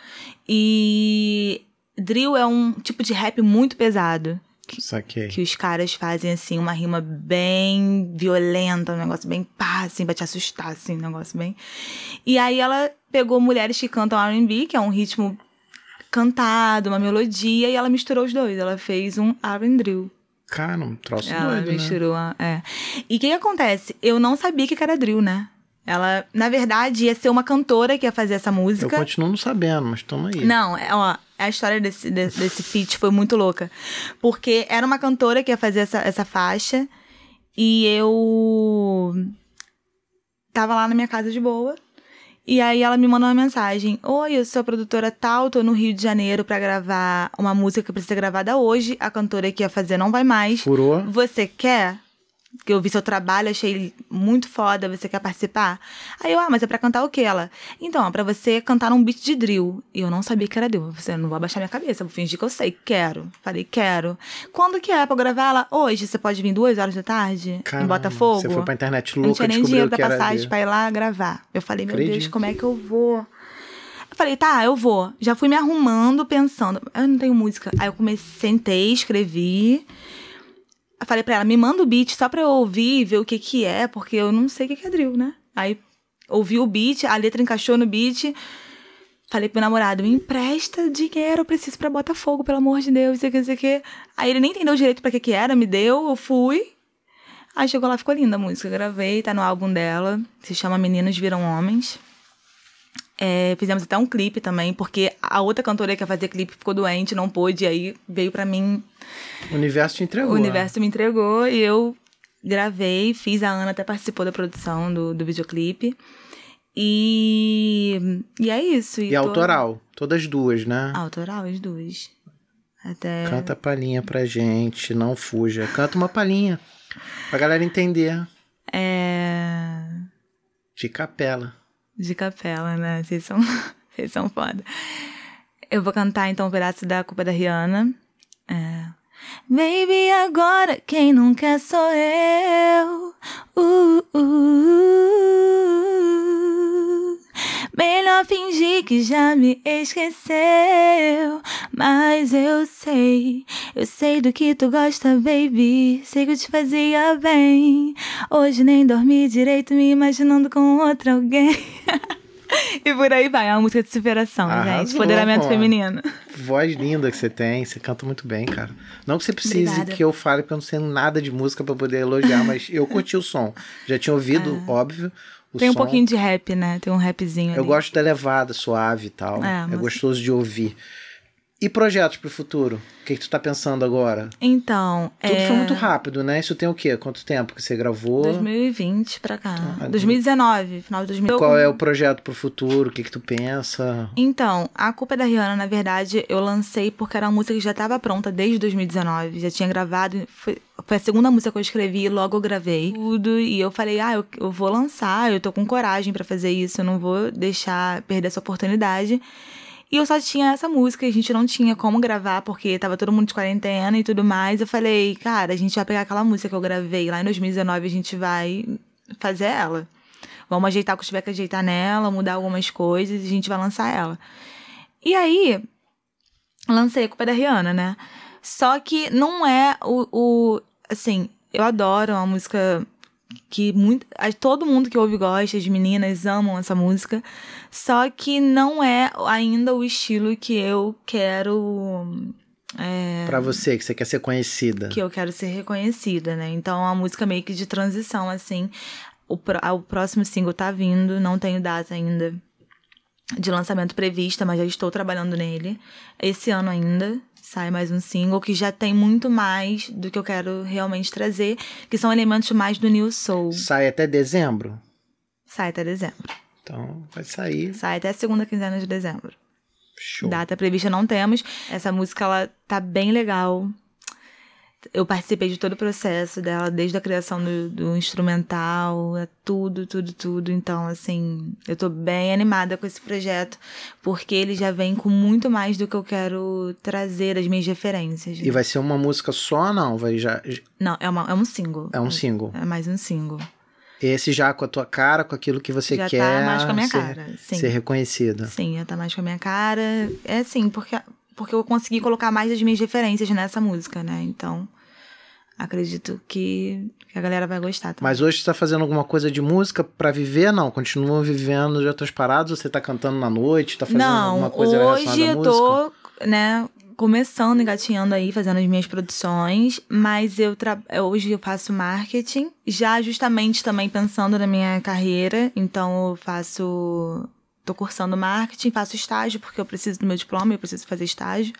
E drill é um tipo de rap muito pesado. Que, Saquei. que os caras fazem, assim, uma rima bem violenta, um negócio bem pá, assim, pra te assustar, assim, um negócio bem... E aí ela pegou mulheres que cantam R and B, que é um ritmo cantado, uma melodia, e ela misturou os dois. Ela fez um R and drill. Cara, um troço Ela doido, né? misturou, a- é. E o que que acontece? Eu não sabia que era drill, né? Ela, na verdade, ia ser uma cantora que ia fazer essa Eu música. continuo não sabendo, mas tamo aí. Não, é, ó, a história desse, de- desse feat foi muito louca. Porque era uma cantora que ia fazer essa, essa faixa. E eu tava lá na minha casa de boa. E aí ela me mandou uma mensagem. Oi, eu sou a produtora tal, tô no Rio de Janeiro pra gravar uma música que precisa ser gravada hoje. A cantora que ia fazer não vai mais. Furou? Você quer? Que eu vi seu trabalho, achei muito foda, você quer participar? Aí eu, ah, mas é pra cantar o quê? Ela, então, é pra você cantar num beat de drill. E eu não sabia que era drill. Você não vou abaixar minha cabeça, vou fingir que eu sei. Quero. Falei, quero. Quando que é pra eu gravar ela? Hoje, você pode vir duas horas da tarde? Caramba, em Botafogo? Você foi pra internet Eu não louca, tinha nem descobriu dinheiro da que era passagem drill. pra ir lá gravar. Eu falei, meu Acredito. Deus, como é que eu vou? Eu falei, tá, eu vou. Já fui me arrumando, pensando, eu não tenho música. Aí eu comecei, sentei, escrevi. Eu falei pra ela, me manda o beat só pra eu ouvir e ver o que que é, porque eu não sei o que que é drill, né? Aí ouvi o beat, a letra encaixou no beat. Falei pro meu namorado, me empresta dinheiro, eu preciso pra Botafogo, pelo amor de Deus, sei que, sei que. Aí ele nem entendeu direito pra que que era, me deu, eu fui. Aí chegou lá, ficou linda a música, gravei, tá no álbum dela, se chama Meninos Viram Homens. É, fizemos até um clipe também, porque a outra cantora que ia fazer clipe ficou doente, não pôde, aí veio pra mim... O universo te entregou. O universo me entregou e eu gravei, fiz, a Ana até participou da produção do, do videoclipe. E, e é isso. E, e tô... autoral, todas duas, né? Autoral, as duas. Até... Canta a palhinha pra gente, não fuja. Canta uma palhinha, pra galera entender. É... De capela. De capela, né? Vocês são, vocês são foda. Eu vou cantar, então, um pedaço da Culpa da Rihanna. É... Baby, agora quem não quer sou eu. Uh, uh, uh. Melhor fingir que já me esqueceu. Mas eu sei, eu sei do que tu gosta, baby. Sei que eu te fazia bem. Hoje nem dormi direito, me imaginando com outro alguém. E por aí vai, é uma música de superação, Arrasou, gente. Empoderamento pô. feminino. Voz linda que você tem, você canta muito bem, cara. Não que você precise Obrigada. que eu fale, porque eu não sei nada de música pra poder elogiar, mas eu curti o som. Já tinha ouvido, É. óbvio, o Tem um som. pouquinho de rap, né? Tem um rapzinho ali. Eu gosto da levada, suave e tal. É, É, mas- gostoso de ouvir. E projetos pro futuro? O que, que tu tá pensando agora? Então, Tudo é... foi muito rápido, né? Isso tem o quê? Quanto tempo que você gravou? dois mil e vinte pra cá. Tá. dois mil e dezenove, final de dois mil e dezenove. Qual é o projeto pro futuro? O que, que tu pensa? Então, A Culpa é da Rihanna, na verdade, eu lancei porque era uma música que já estava pronta desde dois mil e dezenove. Já tinha gravado. Foi, foi a segunda música que eu escrevi, logo eu gravei tudo. E eu falei, ah, eu, eu vou lançar, eu tô com coragem pra fazer isso, eu não vou deixar perder essa oportunidade. E eu só tinha essa música, a gente não tinha como gravar, porque tava todo mundo de quarentena e tudo mais. Eu falei, cara, a gente vai pegar aquela música que eu gravei lá em dois mil e dezenove, a gente vai fazer ela. Vamos ajeitar o que tiver que ajeitar nela, mudar algumas coisas e a gente vai lançar ela. E aí, lancei a Culpa da Rihanna, né? Só que não é o... o assim, eu adoro uma música que muito, todo mundo que ouve gosta, as meninas amam essa música, só que não é ainda o estilo que eu quero... É, Pra você, que você quer ser conhecida. que eu quero ser reconhecida, né? Então é uma música meio que de transição, assim. O, pro, o próximo single tá vindo, não tenho data ainda de lançamento prevista, mas já estou trabalhando nele. Esse ano ainda sai mais um single que já tem muito mais do que eu quero realmente trazer, que são elementos mais do New Soul. Sai até dezembro? Sai até dezembro. Então, vai sair. Sai até a segunda quinzena de dezembro. Show. Data prevista não temos. Essa música, ela tá bem legal. Eu participei de todo o processo dela, desde a criação do, do instrumental, é tudo, tudo, tudo. Então, assim, eu tô bem animada com esse projeto, porque ele já vem com muito mais do que eu quero trazer, as minhas referências. E vai ser uma música só ou não? Vai já... Não, é, uma, é um single. É um single. É mais um single. Esse já com a tua cara, com aquilo que você já quer tá mais com a minha ser, cara, sim. ser reconhecida. Sim, já tá mais com a minha cara. É assim, porque, porque eu consegui colocar mais das minhas referências nessa música, né? Então, acredito que, que a galera vai gostar também. Mas hoje você tá fazendo alguma coisa de música pra viver? Não? Continua vivendo de outras paradas? Ou você tá cantando na noite? Tá fazendo Não, alguma coisa relacionada hoje à eu música? tô, né, começando, engatinhando aí, fazendo as minhas produções, mas eu tra... hoje eu faço marketing, já justamente também pensando na minha carreira, então eu faço, tô cursando marketing, faço estágio, porque eu preciso do meu diploma, eu preciso fazer estágio,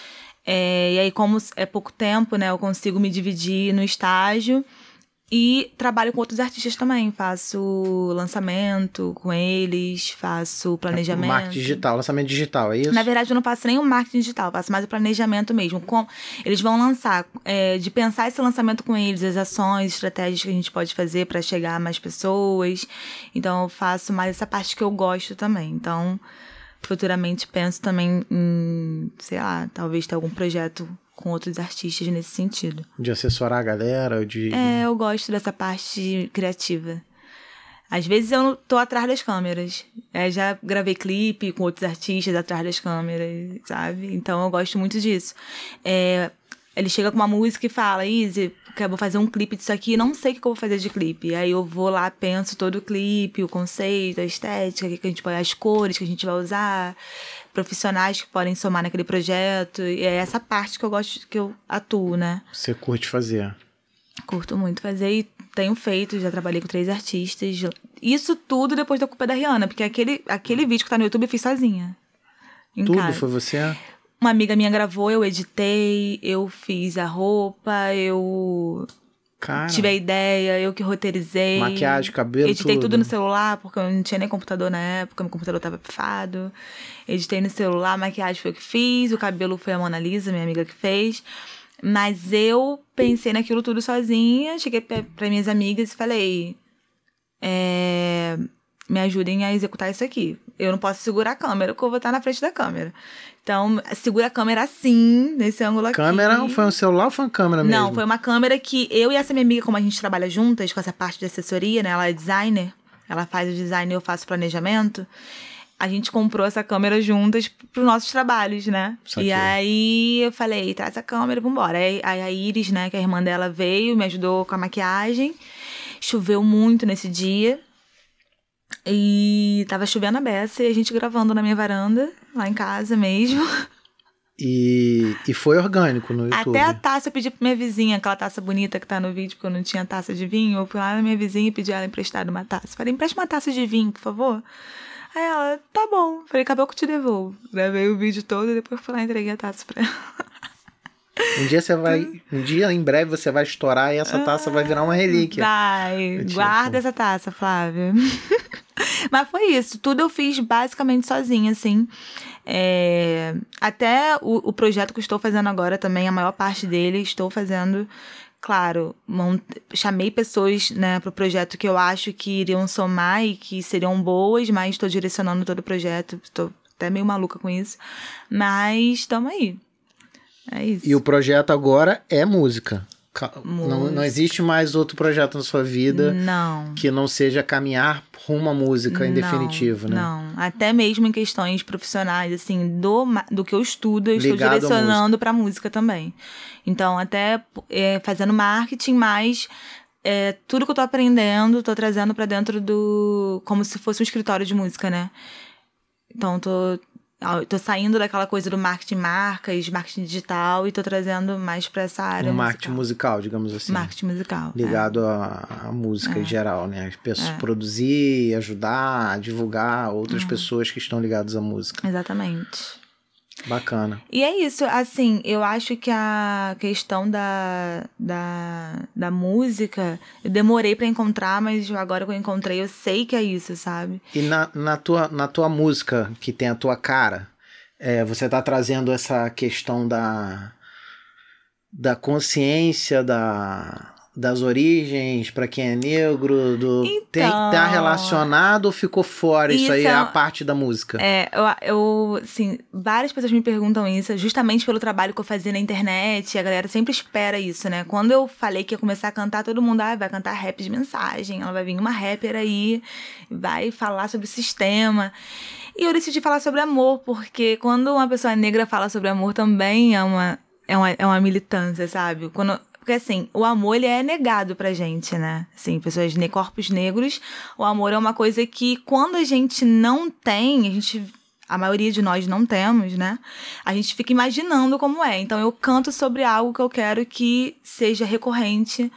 é, e aí como é pouco tempo, né, eu consigo me dividir no estágio. E trabalho com outros artistas também, faço lançamento com eles, faço planejamento. Marketing digital, lançamento digital, é isso? Na verdade, eu não faço nem o marketing digital, faço mais o planejamento mesmo. Com, eles vão lançar, é, de pensar esse lançamento com eles, as ações, estratégias que a gente pode fazer para chegar a mais pessoas. Então, eu faço mais essa parte que eu gosto também. Então, futuramente penso também em, sei lá, talvez ter algum projeto com outros artistas nesse sentido. De assessorar a galera, de... É, eu gosto dessa parte criativa. Às vezes eu tô atrás das câmeras. É, já gravei clipe com outros artistas atrás das câmeras, sabe? Então eu gosto muito disso. É, ele chega com uma música e fala, Izzy, eu vou fazer um clipe disso aqui, não sei o que eu vou fazer de clipe. Aí eu vou lá, penso todo o clipe, o conceito, a estética, que a gente pode, as cores que a gente vai usar, profissionais que podem somar naquele projeto. E é essa parte que eu gosto, que eu atuo, né? Você curte fazer. Curto muito fazer e tenho feito, já trabalhei com três artistas Isso tudo depois da culpa da Rihanna, porque aquele, aquele vídeo que tá no YouTube eu fiz sozinha. Em Tudo casa. foi você? Uma amiga minha gravou, eu editei, eu fiz a roupa, eu Cara, tive a ideia, eu que roteirizei. maquiagem, cabelo, Editei tudo. tudo no celular, porque eu não tinha nem computador na época, meu computador tava pifado. Editei no celular, maquiagem foi eu que fiz, o cabelo foi a Mona Lisa, minha amiga que fez. Mas eu pensei naquilo tudo sozinha, cheguei pra, pra minhas amigas e falei... É, me ajudem a executar isso aqui. Eu não posso segurar a câmera, porque eu vou estar na frente da câmera. Então, segura a câmera assim, nesse ângulo aqui. Câmera? Foi um celular ou foi uma câmera mesmo? Não, foi uma câmera que eu e essa minha amiga, como a gente trabalha juntas com essa parte de assessoria, né? Ela é designer, ela faz o design e eu faço o planejamento. A gente comprou essa câmera juntas para os nossos trabalhos, né? Saquei. E aí eu falei, traz a câmera, vambora. Aí, aí a Iris, né, que é a irmã dela, veio, me ajudou com a maquiagem. Choveu muito nesse dia. E tava chovendo a beça e a gente gravando na minha varanda, lá em casa mesmo. E, e foi orgânico no YouTube. Até a taça eu pedi pra minha vizinha, aquela taça bonita que tá no vídeo, porque eu não tinha taça de vinho. Eu fui lá na minha vizinha e pedi ela emprestada uma taça. Falei, empresta uma taça de vinho, por favor. Aí ela, tá bom. Falei, acabou que eu te devolvo. Gravei o vídeo todo e depois fui lá e entreguei a taça pra ela. Um dia você vai. Um dia, em breve, você vai estourar e essa taça vai virar uma relíquia. Vai, Mentira, guarda pô. essa taça, Flávia. Mas foi isso. Tudo eu fiz basicamente sozinha, assim. É... Até o, o projeto que eu estou fazendo agora também, a maior parte dele, estou fazendo... Claro, mont... chamei pessoas, né, pro projeto que eu acho que iriam somar e que seriam boas, mas estou direcionando todo o projeto. Estou até meio maluca com isso. Mas estamos aí. É isso. E o projeto agora é música. Ca- Música. Não, não existe mais outro projeto na sua vida Não. que não seja caminhar rumo à música, em Não, definitivo, né? Não, até mesmo em questões profissionais, assim, do, ma- do que eu estudo, eu Ligado à estou direcionando pra música também. Então, até é, fazendo marketing, mas é, tudo que eu tô aprendendo, tô trazendo pra dentro do... como se fosse um escritório de música, né? Então, tô... Eu tô saindo daquela coisa do marketing marcas, marketing digital, e tô trazendo mais pra essa área Um musical. marketing musical, digamos assim. Marketing musical. Ligado à, à música É. em geral, né? As pessoas É. produzir, ajudar, divulgar outras Uhum. pessoas que estão ligadas à música. É, exatamente. Bacana. E é isso, assim, eu acho que a questão da, da, da música, eu demorei pra encontrar, mas agora que eu encontrei, eu sei que é isso, sabe? E na, na, tua, na tua música, que tem a tua cara, é, você tá trazendo essa questão da, da consciência, da, das origens, pra quem é negro, do, Então, tem, tá relacionado ou ficou fora? Isso, isso aí é é a um- parte da música. É, eu, eu, assim, várias pessoas me perguntam isso, justamente pelo trabalho que eu fazia na internet, a galera sempre espera isso, né? Quando eu falei que ia começar a cantar, todo mundo, ah, vai cantar rap de mensagem, ela vai vir uma rapper aí, vai falar sobre o sistema. E eu decidi falar sobre amor, porque quando uma pessoa negra fala sobre amor também é uma, é uma, é uma militância, sabe? Quando... Porque, assim, o amor, ele é negado pra gente, né? Assim, pessoas, ne- corpos negros, o amor é uma coisa que, quando a gente não tem, a gente... A maioria de nós não temos, né? A gente fica imaginando como é. Então, eu canto sobre algo que eu quero que seja recorrente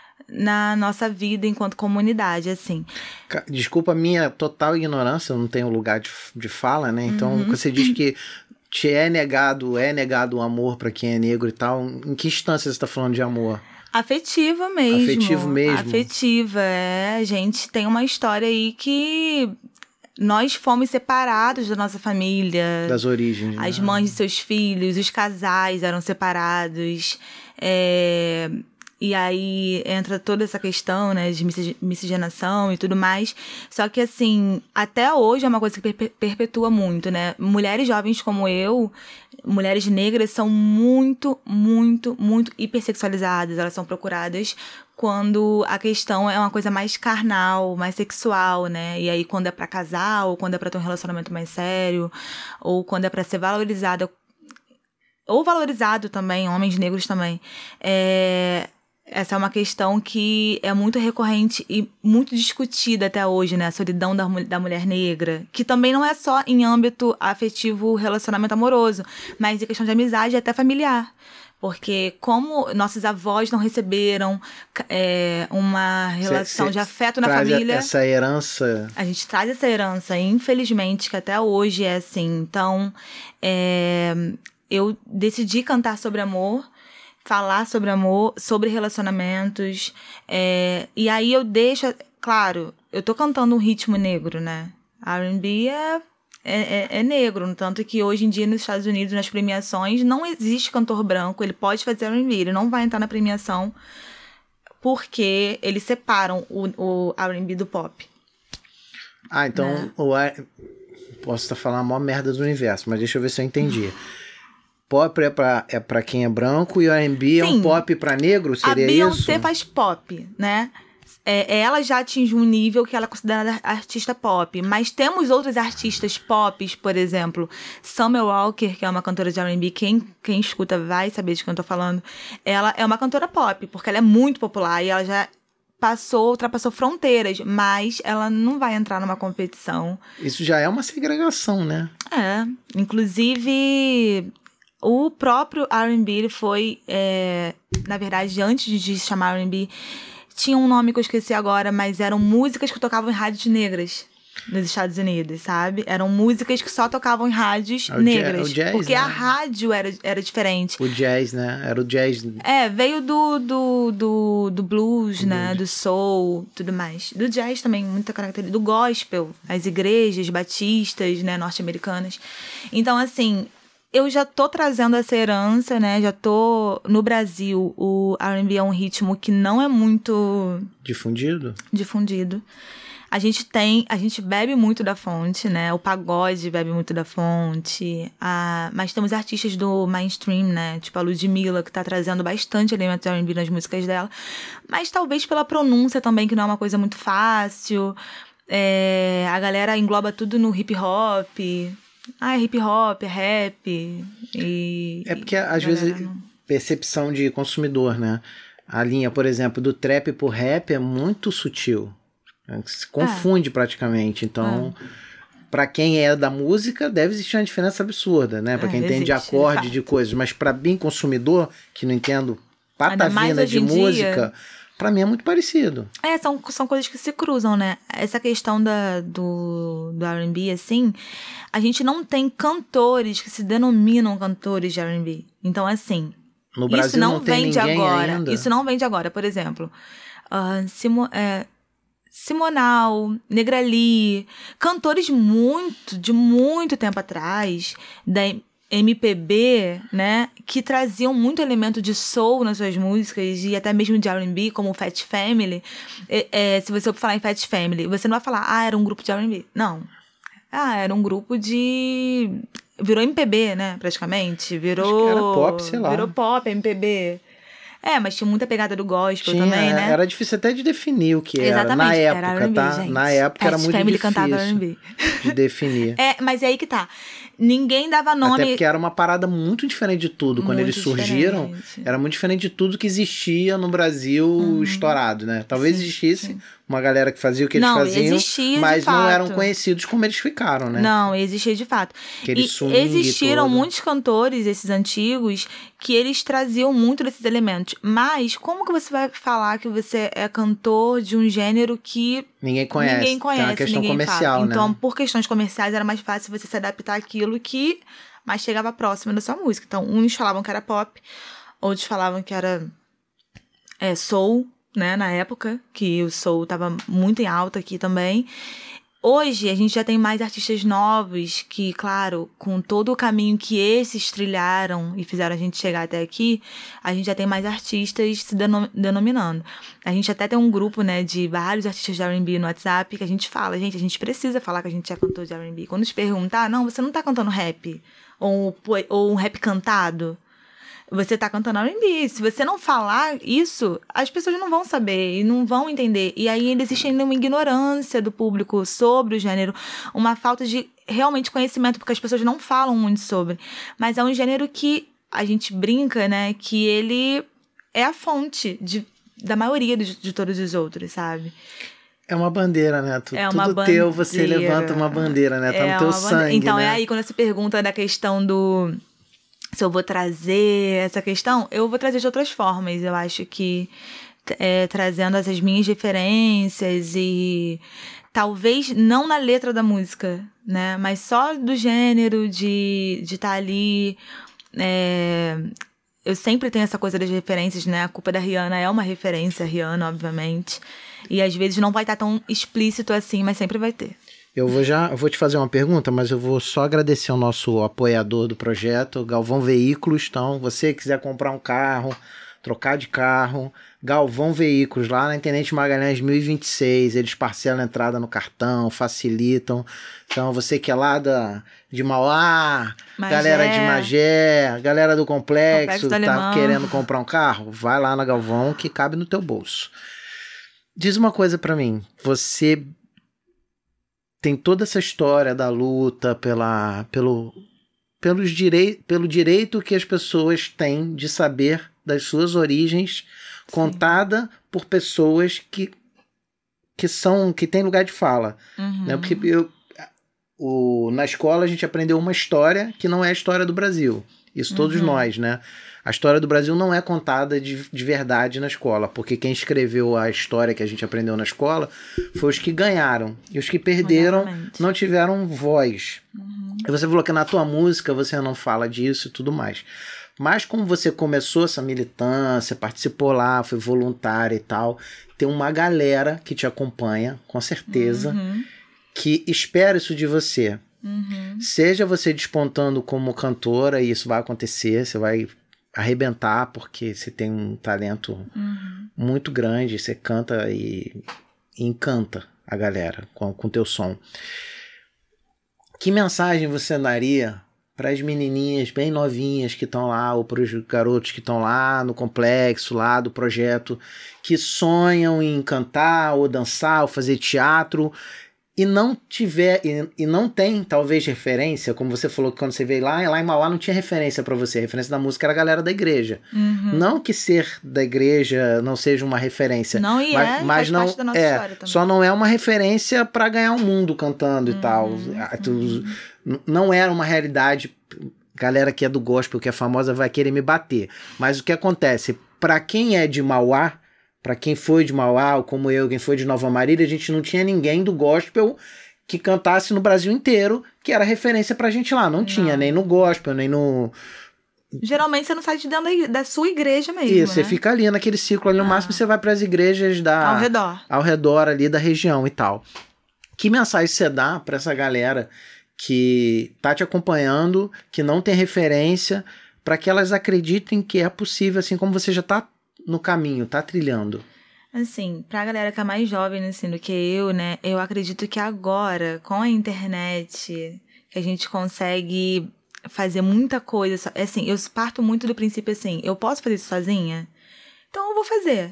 na nossa vida enquanto comunidade, assim. Ca- Desculpa a minha total ignorância, eu não tenho lugar de, de fala, né? Então, Uhum. você diz que te é negado, é negado o amor pra quem é negro e tal. Em que instância você tá falando de amor? Afetiva mesmo. Afetivo mesmo. Afetiva, é. A gente tem uma história aí que nós fomos separados da nossa família. Das origens, né? As mães de seus filhos, os casais eram separados. É... E aí entra toda essa questão, né, de misci- miscigenação e tudo mais. Só que, assim, até hoje é uma coisa que per- perpetua muito, né? Mulheres jovens como eu, mulheres negras, são muito, muito, muito hipersexualizadas. Elas são procuradas quando a questão é uma coisa mais carnal, mais sexual, né? E aí quando é pra casar, ou quando é pra ter um relacionamento mais sério, ou quando é pra ser valorizada, ou valorizado também, homens negros também, é... Essa é uma questão que é muito recorrente e muito discutida até hoje, né? A solidão da, mu- da mulher negra. Que também não é só em âmbito afetivo, relacionamento amoroso, mas em questão de amizade e até familiar. Porque como nossos avós não receberam é, uma relação cê, cê de afeto na família... essa herança... A gente traz essa herança, infelizmente, que até hoje é assim. Então, é, eu decidi cantar sobre amor, falar sobre amor, sobre relacionamentos. É, e aí eu deixo... Claro, eu tô cantando um ritmo negro, né? R and B é... É, é, é negro, tanto que hoje em dia nos Estados Unidos, nas premiações, não existe cantor branco, ele pode fazer R and B, ele não vai entrar na premiação porque eles separam o, o R and B do pop. Ah, então, né? o R... posso estar falando a maior merda do universo, mas deixa eu ver se eu entendi. Pop é pra, é pra quem é branco e o R and B é um pop pra negro, seria isso? A Beyoncé isso? faz pop, né? É, ela já atinge um nível que ela é considerada artista pop. Mas temos outros artistas pop, por exemplo, Summer Walker, que é uma cantora de R and B. Quem, quem escuta vai saber de quem eu tô falando. Ela é uma cantora pop, porque ela é muito popular e ela já passou, ultrapassou fronteiras. Mas ela não vai entrar numa competição. Isso já é uma segregação, né? É. Inclusive... O próprio R and B ele foi, é, na verdade, antes de se chamar R and B, tinha um nome que eu esqueci agora, mas eram músicas que tocavam em rádios negras nos Estados Unidos, sabe? Eram músicas que só tocavam em rádios é o negras. Jazz, jazz, porque né? a rádio era, era diferente. O jazz, né? Era o jazz. É, veio do, do, do, do blues, né? Blues. Do soul, tudo mais. Do jazz também, muita característica. Do gospel, as igrejas batistas, né? Norte-americanas. Então, assim... Eu já tô trazendo essa herança, né? Já tô... No Brasil, o R and B é um ritmo que não é muito... Difundido? Difundido. A gente tem... A gente bebe muito da fonte, né? O pagode bebe muito da fonte. A, mas temos artistas do mainstream, né? Tipo a Ludmilla, que tá trazendo bastante elementos de R and B nas músicas dela. Mas talvez pela pronúncia também, que não é uma coisa muito fácil. É, a galera engloba tudo no hip hop... Ah, é hip hop, é rap e... É porque, às vezes, não... percepção de consumidor, né? A linha, por exemplo, do trap pro rap é muito sutil. Se confunde é. praticamente. Então, é. pra quem é da música, deve existir uma diferença absurda, né? Pra quem é, entende existe, acorde de, de coisas. Mas pra mim, consumidor, que não entendo patavina de música... Dia... Pra mim é muito parecido. É, são, são coisas que se cruzam, né? Essa questão da, do, do R and B, assim, a gente não tem cantores que se denominam cantores de R and B. Então, assim, no Brasil isso não, não tem vem de agora. Ainda. Isso não vem de agora. Por exemplo, uh, Simo, é, Simonal, Negrali, cantores muito, de muito tempo atrás, da M P B, né, que traziam muito elemento de soul nas suas músicas e até mesmo de R and B, como o Fat Family. É, é, se você falar em Fat Family, você não vai falar, ah, era um grupo de R and B. Não. Ah, era um grupo de... Virou M P B, né, praticamente. Virou... Acho que era pop, sei lá. Virou pop, M P B. É, mas tinha muita pegada do gospel tinha, também, né? Era difícil até de definir o que era. Exatamente, Na época, era R and B, tá? gente. Na época Fat era muito Family difícil cantava R and B. de definir. É, mas é aí que tá. Ninguém dava nome... Até porque era uma parada muito diferente de tudo. Quando muito eles surgiram, diferente. Era muito diferente de tudo que existia no Brasil uhum. estourado, né? Talvez sim, existisse sim. uma galera que fazia o que eles não, faziam, existia mas de não fato. eram conhecidos como eles ficaram, né? Não, existia de fato. Aquele e existiram todo. muitos cantores, esses antigos, que eles traziam muito desses elementos. Mas como que você vai falar que você é cantor de um gênero que ninguém conhece? Ninguém conhece, Tem uma questão ninguém comercial, fala. Então, né? por questões comerciais, era mais fácil você se adaptar àquilo que mais chegava próximo da sua música. Então, uns falavam que era pop, outros falavam que era é, soul, né, na época, que o soul tava muito em alta aqui também. Hoje, a gente já tem mais artistas novos que, claro, com todo o caminho que esses trilharam e fizeram a gente chegar até aqui, a gente já tem mais artistas se denom- denominando. A gente até tem um grupo, né, de vários artistas de R and B no WhatsApp que a gente fala, gente, a gente precisa falar que a gente é cantor de R and B. Quando te perguntar, não, você não tá cantando rap ou, ou um rap cantado. Você tá cantando R and B. Se você não falar isso, as pessoas não vão saber e não vão entender. E aí existe ainda uma ignorância do público sobre o gênero, uma falta de realmente conhecimento, porque as pessoas não falam muito sobre. Mas é um gênero que a gente brinca, né, que ele é a fonte de, da maioria de, de todos os outros, sabe? É uma bandeira, né? Tu, é uma tudo bandeira. teu, você levanta uma bandeira, né? Tá é no teu sangue, Então né? é aí quando você pergunta da questão do... se eu vou trazer essa questão, eu vou trazer de outras formas. Eu acho que é, trazendo essas minhas referências e talvez não na letra da música, né? Mas só do gênero de de estar ali. É, eu sempre tenho essa coisa das referências, né? A Culpa da Rihanna é uma referência a Rihanna, obviamente. E às vezes não vai estar tão explícito assim, mas sempre vai ter. Eu vou já, eu vou te fazer uma pergunta, mas eu vou só agradecer ao nosso apoiador do projeto, Galvão Veículos. Então, você quiser comprar um carro, trocar de carro, Galvão Veículos, lá na Intendente Magalhães mil e vinte e seis, eles parcelam a entrada no cartão, facilitam. Então, você que é lá da, de Mauá, Magé, galera de Magé, galera do Complexo, Complexo do tá Alemão. querendo comprar um carro, vai lá na Galvão que cabe no teu bolso. Diz uma coisa pra mim, você tem toda essa história da luta pela, pelo, pelos direi, pelo direito que as pessoas têm de saber das suas origens, sim, contada por pessoas que, que são que têm lugar de fala. Uhum. Né? Porque eu, o, na escola a gente aprendeu uma história que não é a história do Brasil. Isso todos uhum. nós, né? A história do Brasil não é contada de, de verdade na escola, porque quem escreveu a história que a gente aprendeu na escola foi os que ganharam. E os que perderam Exatamente. Não tiveram voz. Uhum. E você falou que na tua música você não fala disso e tudo mais. Mas como você começou essa militância, participou lá, foi voluntária e tal, tem uma galera que te acompanha, com certeza, uhum. que espera isso de você. Uhum. Seja você despontando como cantora, e isso vai acontecer, você vai arrebentar, porque você tem um talento uhum. muito grande, você canta e, e encanta a galera com o teu som. Que mensagem você daria para as menininhas bem novinhas que estão lá, ou para os garotos que estão lá no complexo, lá do projeto, que sonham em cantar, ou dançar, ou fazer teatro, e não tiver e, e não tem talvez referência, como você falou que quando você veio lá, lá em Mauá não tinha referência para você, a referência da música era a galera da igreja. Uhum. Não que ser da igreja não seja uma referência, não e mas, é, mas faz não parte da nossa é, história também. Só não é uma referência para ganhar o mundo cantando uhum. e tal. Uhum. Não era uma realidade. Galera que é do gospel, que é famosa, vai querer me bater. Mas o que acontece? Para quem é de Mauá, para quem foi de Mauá, ou como eu, quem foi de Nova Marília, a gente não tinha ninguém do gospel que cantasse no Brasil inteiro, que era referência pra gente lá. Não, não. tinha, nem no gospel, nem no... Geralmente você não sai de dentro da sua igreja mesmo, Isso, né? você fica ali naquele ciclo ali, no ah. máximo você vai pras igrejas da... Ao redor. Ao redor ali da região e tal. Que mensagem você dá pra essa galera que tá te acompanhando, que não tem referência, para que elas acreditem que é possível, assim como você já tá no caminho, tá trilhando? Assim, pra galera que é mais jovem, assim, do que eu, né, eu acredito que agora, com a internet, que a gente consegue fazer muita coisa, assim, eu parto muito do princípio, assim, eu posso fazer isso sozinha? Então eu vou fazer. É,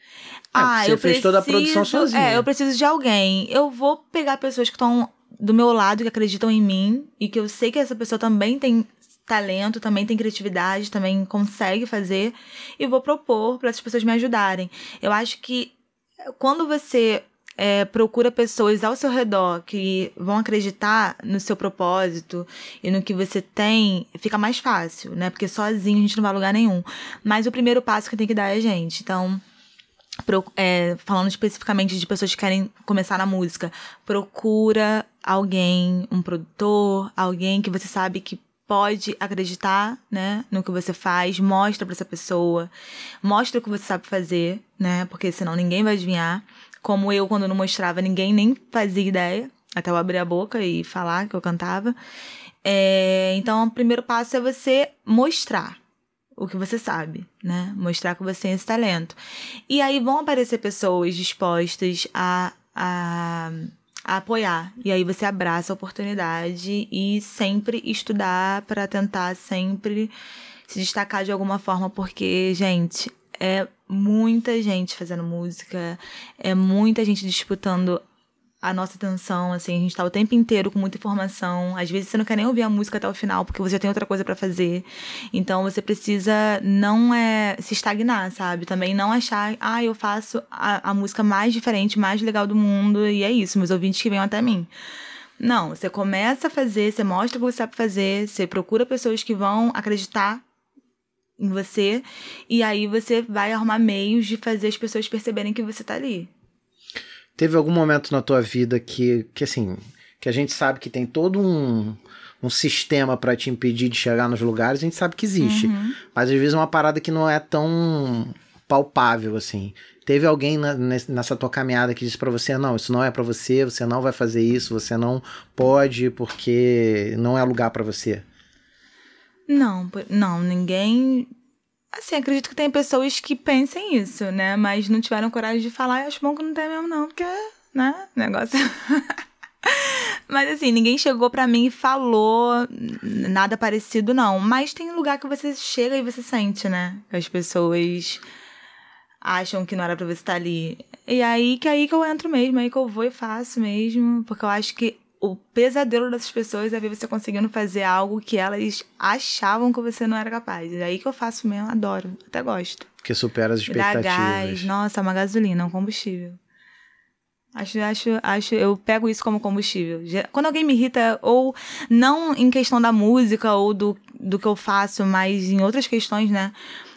ah, você eu fez preciso, toda a produção sozinha. É, eu preciso de alguém. Eu vou pegar pessoas que estão do meu lado, que acreditam em mim, e que eu sei que essa pessoa também tem talento, também tem criatividade, também consegue fazer, e vou propor para essas pessoas me ajudarem. Eu acho que quando você é, procura pessoas ao seu redor que vão acreditar no seu propósito e no que você tem, fica mais fácil, né? Porque sozinho a gente não vai a lugar nenhum. Mas o primeiro passo que tem que dar é a gente. Então, pro, é, falando especificamente de pessoas que querem começar na música, procura alguém, um produtor, alguém que você sabe que pode acreditar, né, no que você faz, mostra pra essa pessoa, mostra o que você sabe fazer, né, porque senão ninguém vai adivinhar. Como eu, quando não mostrava, ninguém nem fazia ideia, até eu abrir a boca e falar que eu cantava. É, então, o primeiro passo é você mostrar o que você sabe, né, mostrar que você tem esse talento. E aí vão aparecer pessoas dispostas a... a a apoiar. E aí você abraça a oportunidade e sempre estudar para tentar sempre se destacar de alguma forma, porque, gente, é muita gente fazendo música, é muita gente disputando a nossa atenção, assim, a gente tá o tempo inteiro com muita informação, às vezes você não quer nem ouvir a música até o final, porque você tem outra coisa pra fazer, então você precisa não é, se estagnar, sabe, também não achar, ah, eu faço a, a música mais diferente, mais legal do mundo, e é isso, meus ouvintes que venham até mim. Não, você começa a fazer, você mostra o que você sabe fazer, você procura pessoas que vão acreditar em você, e aí você vai arrumar meios de fazer as pessoas perceberem que você tá ali. Teve algum momento na tua vida que, que assim, que a gente sabe que tem todo um, um sistema pra te impedir de chegar nos lugares, a gente sabe que existe, Uhum. mas às vezes é uma parada que não é tão palpável, assim. Teve alguém na, nessa tua caminhada que disse pra você, não, isso não é pra você, você não vai fazer isso, você não pode porque não é lugar pra você? Não, po- não, ninguém... Assim, acredito que tem pessoas que pensem isso, né? Mas não tiveram coragem de falar, e acho bom que não tem mesmo não, porque, né, negócio... Mas assim, ninguém chegou pra mim e falou nada parecido, não. Mas tem lugar que você chega e você sente, né? Que as pessoas acham que não era pra você estar ali. E aí que aí que eu entro mesmo, aí que eu vou e faço mesmo. Porque eu acho que o pesadelo dessas pessoas é ver você conseguindo fazer algo que elas achavam que você não era capaz. É aí que eu faço mesmo, adoro, até gosto. Porque supera as Me dá expectativas. gás, nossa, é uma gasolina, é um combustível. Acho, acho, acho, eu pego isso como combustível. Quando alguém me irrita, ou não em questão da música ou do, do que eu faço, mas em outras questões, né?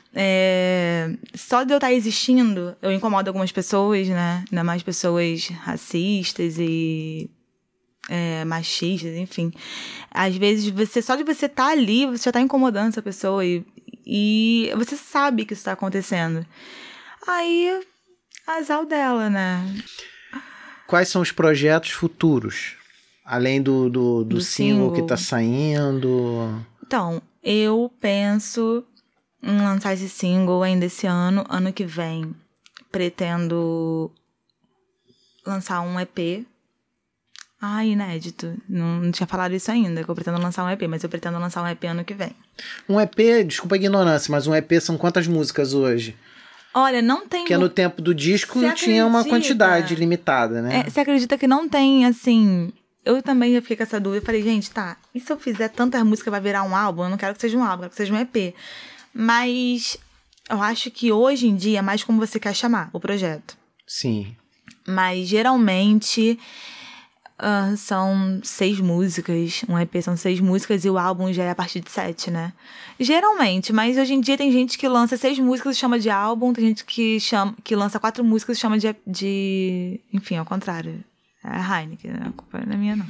É, só de eu estar existindo, eu incomodo algumas pessoas, né? Ainda mais pessoas racistas e é, machistas, enfim. Às vezes, você só de você estar ali, você já está incomodando essa pessoa e, e você sabe que isso está acontecendo. Aí, azar dela, né? Quais são os projetos futuros? Além do, do, do, Do single, single que tá saindo. Então, eu penso em lançar esse single ainda esse ano. Ano que vem, pretendo lançar um E P. Ah, inédito. Não, não tinha falado isso ainda, que eu pretendo lançar um E P, mas eu pretendo lançar um E P ano que vem. Um E P, desculpa a ignorância, mas um E P são quantas músicas hoje? Olha, não tem... Porque no tempo do disco Você tinha uma acredita? quantidade limitada, né? É, você acredita que não tem, assim... Eu também já fiquei com essa dúvida. Eu falei, gente, tá, e se eu fizer tantas músicas vai virar um álbum? Eu não quero que seja um álbum, eu quero que seja um E P. Mas eu acho que hoje em dia é mais como você quer chamar o projeto. Sim. Mas geralmente uh, são seis músicas. Um E P são seis músicas e o álbum já é a partir de sete, né? Geralmente, mas hoje em dia tem gente que lança seis músicas e chama de álbum, tem gente que, chama, que lança quatro músicas e chama de, de... Enfim, ao contrário. É a Heineken, né? A culpa não é minha, não.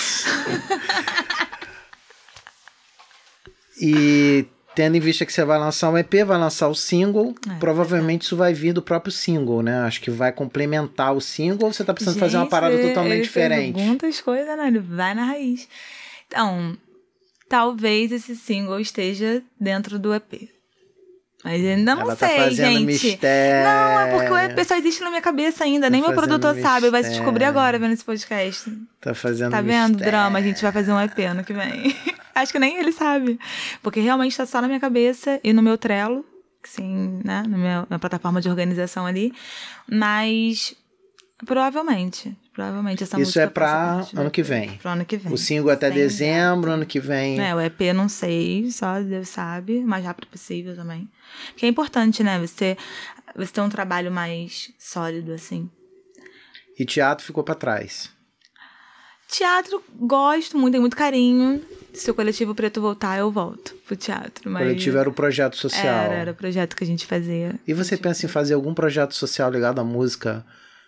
E tendo em vista que você vai lançar um E P, vai lançar o single, É, provavelmente isso vai vir do próprio single, né? Acho que vai complementar o single, ou você tá precisando fazer uma parada Gente, totalmente ele diferente? pergunta as coisas, né? Ele vai na raiz. Então, talvez esse single esteja dentro do E P. Mas ainda não Ela sei, tá fazendo gente. mistério. Não, é porque o E P só existe na minha cabeça ainda. Tá Nem meu fazendo produtor sabe. Vai se mistério. descobrir agora vendo esse podcast. Tá fazendo Tá vendo? mistério. Drama, a gente vai fazer um E P ano que vem. Acho que nem ele sabe. Porque realmente tá só na minha cabeça e no meu Trello. Sim, né? Na minha, na plataforma de organização ali. Mas provavelmente. Provavelmente essa Isso música é pra faça parte do ano E P. que vem. Pro ano que vem. O single até Sem dezembro, data. ano que vem. É, o E P não sei, só Deus sabe, o mais rápido possível também. Porque é importante, né, você, você ter um trabalho mais sólido, assim. E teatro ficou pra trás. Teatro, gosto muito, tenho muito carinho. Se o Coletivo Preto voltar, eu volto pro teatro. O Mas coletivo era o projeto social. Era, era o projeto que a gente fazia. E você pensa em fazer algum projeto social ligado à música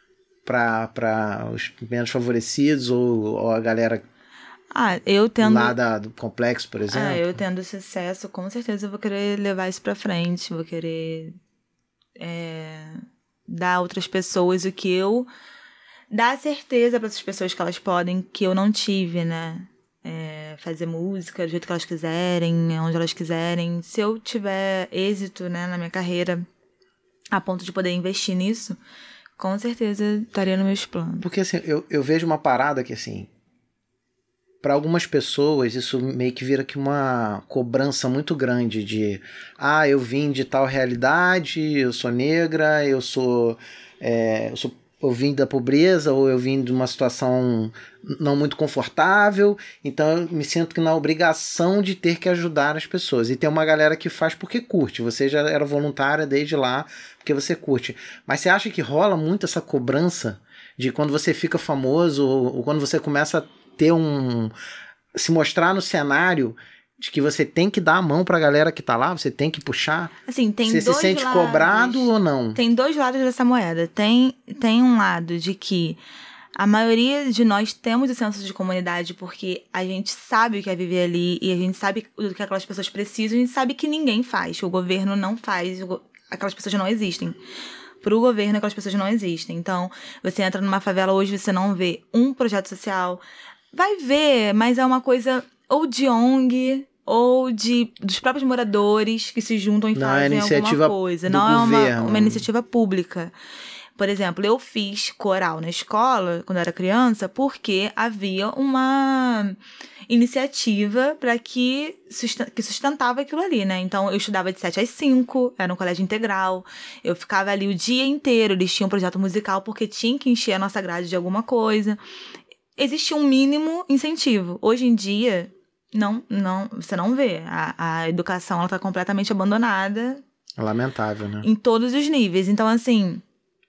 para os menos favorecidos ou, ou a galera Ah, eu tendo... lá da, do complexo, por exemplo? Ah, eu tendo sucesso, com certeza eu vou querer levar isso pra frente. Vou querer é, dar a outras pessoas o que eu... Dar certeza para essas pessoas que elas podem, que eu não tive, né? É, fazer música do jeito que elas quiserem, onde elas quiserem. Se eu tiver êxito, né, na minha carreira, a ponto de poder investir nisso, com certeza estaria nos meus planos. Porque assim, eu, eu vejo uma parada que assim, para algumas pessoas isso meio que vira que uma cobrança muito grande de ah, eu vim de tal realidade, eu sou negra, eu sou, é, eu sou eu vim da pobreza ou eu vim de uma situação não muito confortável, então eu me sinto que na obrigação de ter que ajudar as pessoas. E tem uma galera que faz porque curte. Você já era voluntária desde lá porque você curte. Mas você acha que rola muito essa cobrança de quando você fica famoso ou, ou quando você começa a ter um... se mostrar no cenário de que você tem que dar a mão pra galera que tá lá, você tem que puxar? Assim, tem você dois se sente lados, cobrado ou não? Tem dois lados dessa moeda. Tem, tem um lado de que a maioria de nós temos o senso de comunidade porque a gente sabe o que é viver ali e a gente sabe o que aquelas pessoas precisam, a gente sabe que ninguém faz, o governo não faz, o go... aquelas pessoas não existem. Pro governo, aquelas pessoas não existem. Então, você entra numa favela hoje, você não vê um projeto social. Vai ver, mas é uma coisa ou de O N G... ou de, dos próprios moradores que se juntam e não fazem é alguma coisa. Do não é governo. uma, uma iniciativa pública. Por exemplo, eu fiz coral na escola, quando eu era criança, porque havia uma iniciativa para que, que sustentava aquilo ali, né? Então, eu estudava de sete às cinco, era um colégio integral, eu ficava ali o dia inteiro, eles tinham um projeto musical porque tinha que encher a nossa grade de alguma coisa. Existia um mínimo incentivo. Hoje em dia... Não, não, você não vê. A, a educação, ela tá completamente abandonada. Lamentável, né? Em todos os níveis. Então, assim,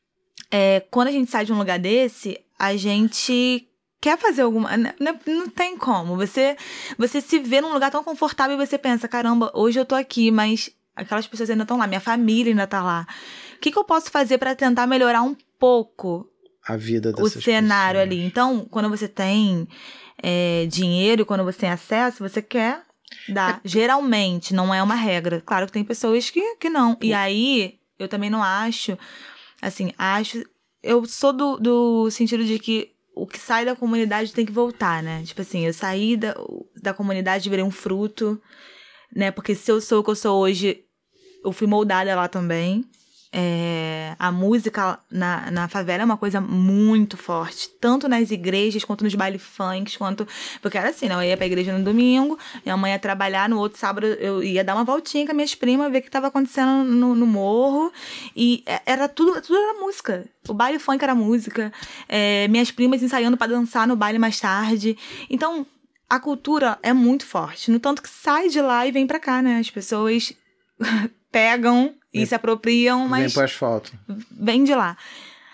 é, quando a gente sai de um lugar desse, a gente quer fazer alguma... Não, não tem como. Você, você se vê num lugar tão confortável e você pensa, caramba, hoje eu tô aqui, mas aquelas pessoas ainda estão lá, minha família ainda tá lá. O que, que eu posso fazer para tentar melhorar um pouco a vida dessas o cenário pessoas ali? Então, quando você tem... É, dinheiro, quando você tem acesso, você quer dar. É. Geralmente, não é uma regra. Claro que tem pessoas que, que não. Pô. E aí, eu também não acho, assim, acho... Eu sou do, do sentido de que o que sai da comunidade tem que voltar, né? Tipo assim, eu saí da, da comunidade e virei um fruto, né? Porque se eu sou o que eu sou hoje, eu fui moldada lá também. É, a música na, na favela é uma coisa muito forte, tanto nas igrejas quanto nos baile funks, quanto... Porque era assim, né? Eu ia pra igreja no domingo, minha mãe ia trabalhar, no outro sábado eu ia dar uma voltinha com as minhas primas, ver o que tava acontecendo no, no morro, e era tudo, tudo era música. O baile funk era música, é, minhas primas ensaiando pra dançar no baile mais tarde. Então, a cultura é muito forte, no tanto que sai de lá e vem pra cá, né? As pessoas pegam e vem, se apropriam, mas... Vem pro asfalto. Vem de lá.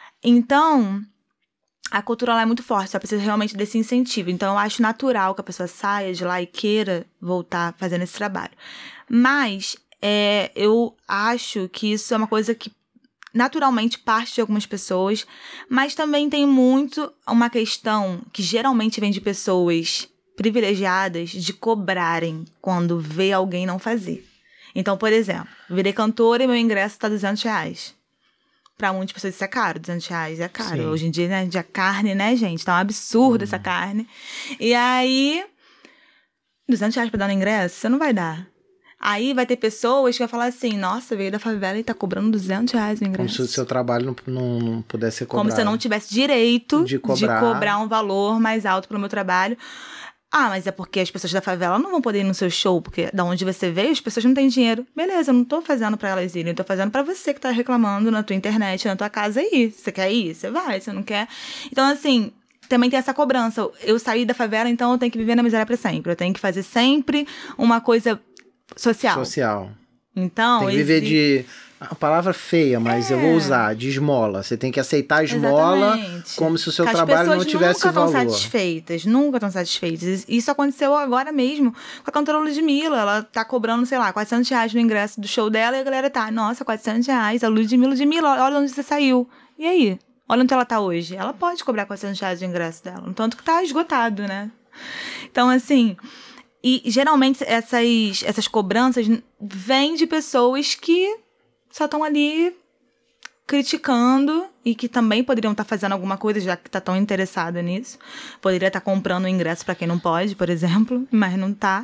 Então, a cultura lá é muito forte, só precisa realmente desse incentivo. Então, eu acho natural que a pessoa saia de lá e queira voltar fazendo esse trabalho. Mas, é, eu acho que isso é uma coisa que naturalmente parte de algumas pessoas, mas também tem muito uma questão que geralmente vem de pessoas privilegiadas de cobrarem quando vê alguém não fazer. Então, por exemplo, virei cantora e meu ingresso tá duzentos reais. Pra muitas pessoas isso é caro, duzentos reais é caro. Sim. Hoje em dia, né, de carne, né, gente? Tá um absurdo hum. essa carne. E aí, duzentos reais pra dar no ingresso, você não vai dar. Aí vai ter pessoas que vão falar assim, nossa, veio da favela e tá cobrando duzentos reais no ingresso. Como se o seu trabalho não, não, não pudesse ser cobrado. Como se eu não tivesse direito de cobrar. de cobrar um valor mais alto pro meu trabalho. Ah, mas é porque as pessoas da favela não vão poder ir no seu show, porque da onde você veio, as pessoas não têm dinheiro. Beleza, eu não tô fazendo pra elas irem, eu tô fazendo pra você que tá reclamando na tua internet, na tua casa aí. Você quer ir? Você vai, você não quer? Então, assim, também tem essa cobrança. Eu saí da favela, então eu tenho que viver na miséria pra sempre. Eu tenho que fazer sempre uma coisa social. Social. Então, tem que viver esse... de... A palavra feia, mas é. eu vou usar, de esmola. Você tem que aceitar a esmola. Exatamente. Como se o seu que trabalho não tivesse valor. As pessoas nunca estão satisfeitas, nunca estão satisfeitas. Isso aconteceu agora mesmo com a cantora Ludmilla. Ela tá cobrando, sei lá, quatrocentos reais no ingresso do show dela e a galera tá, nossa, quatrocentos reais, a Ludmilla, Ludmilla, olha onde você saiu. E aí? Olha onde ela tá hoje. Ela pode cobrar quatrocentos reais do ingresso dela, no tanto que tá esgotado, né? Então, assim... E geralmente essas, essas cobranças vêm de pessoas que só estão ali criticando e que também poderiam estar fazendo alguma coisa, já que tá tão interessado nisso. Poderia estar comprando o ingresso para quem não pode, por exemplo, mas não tá.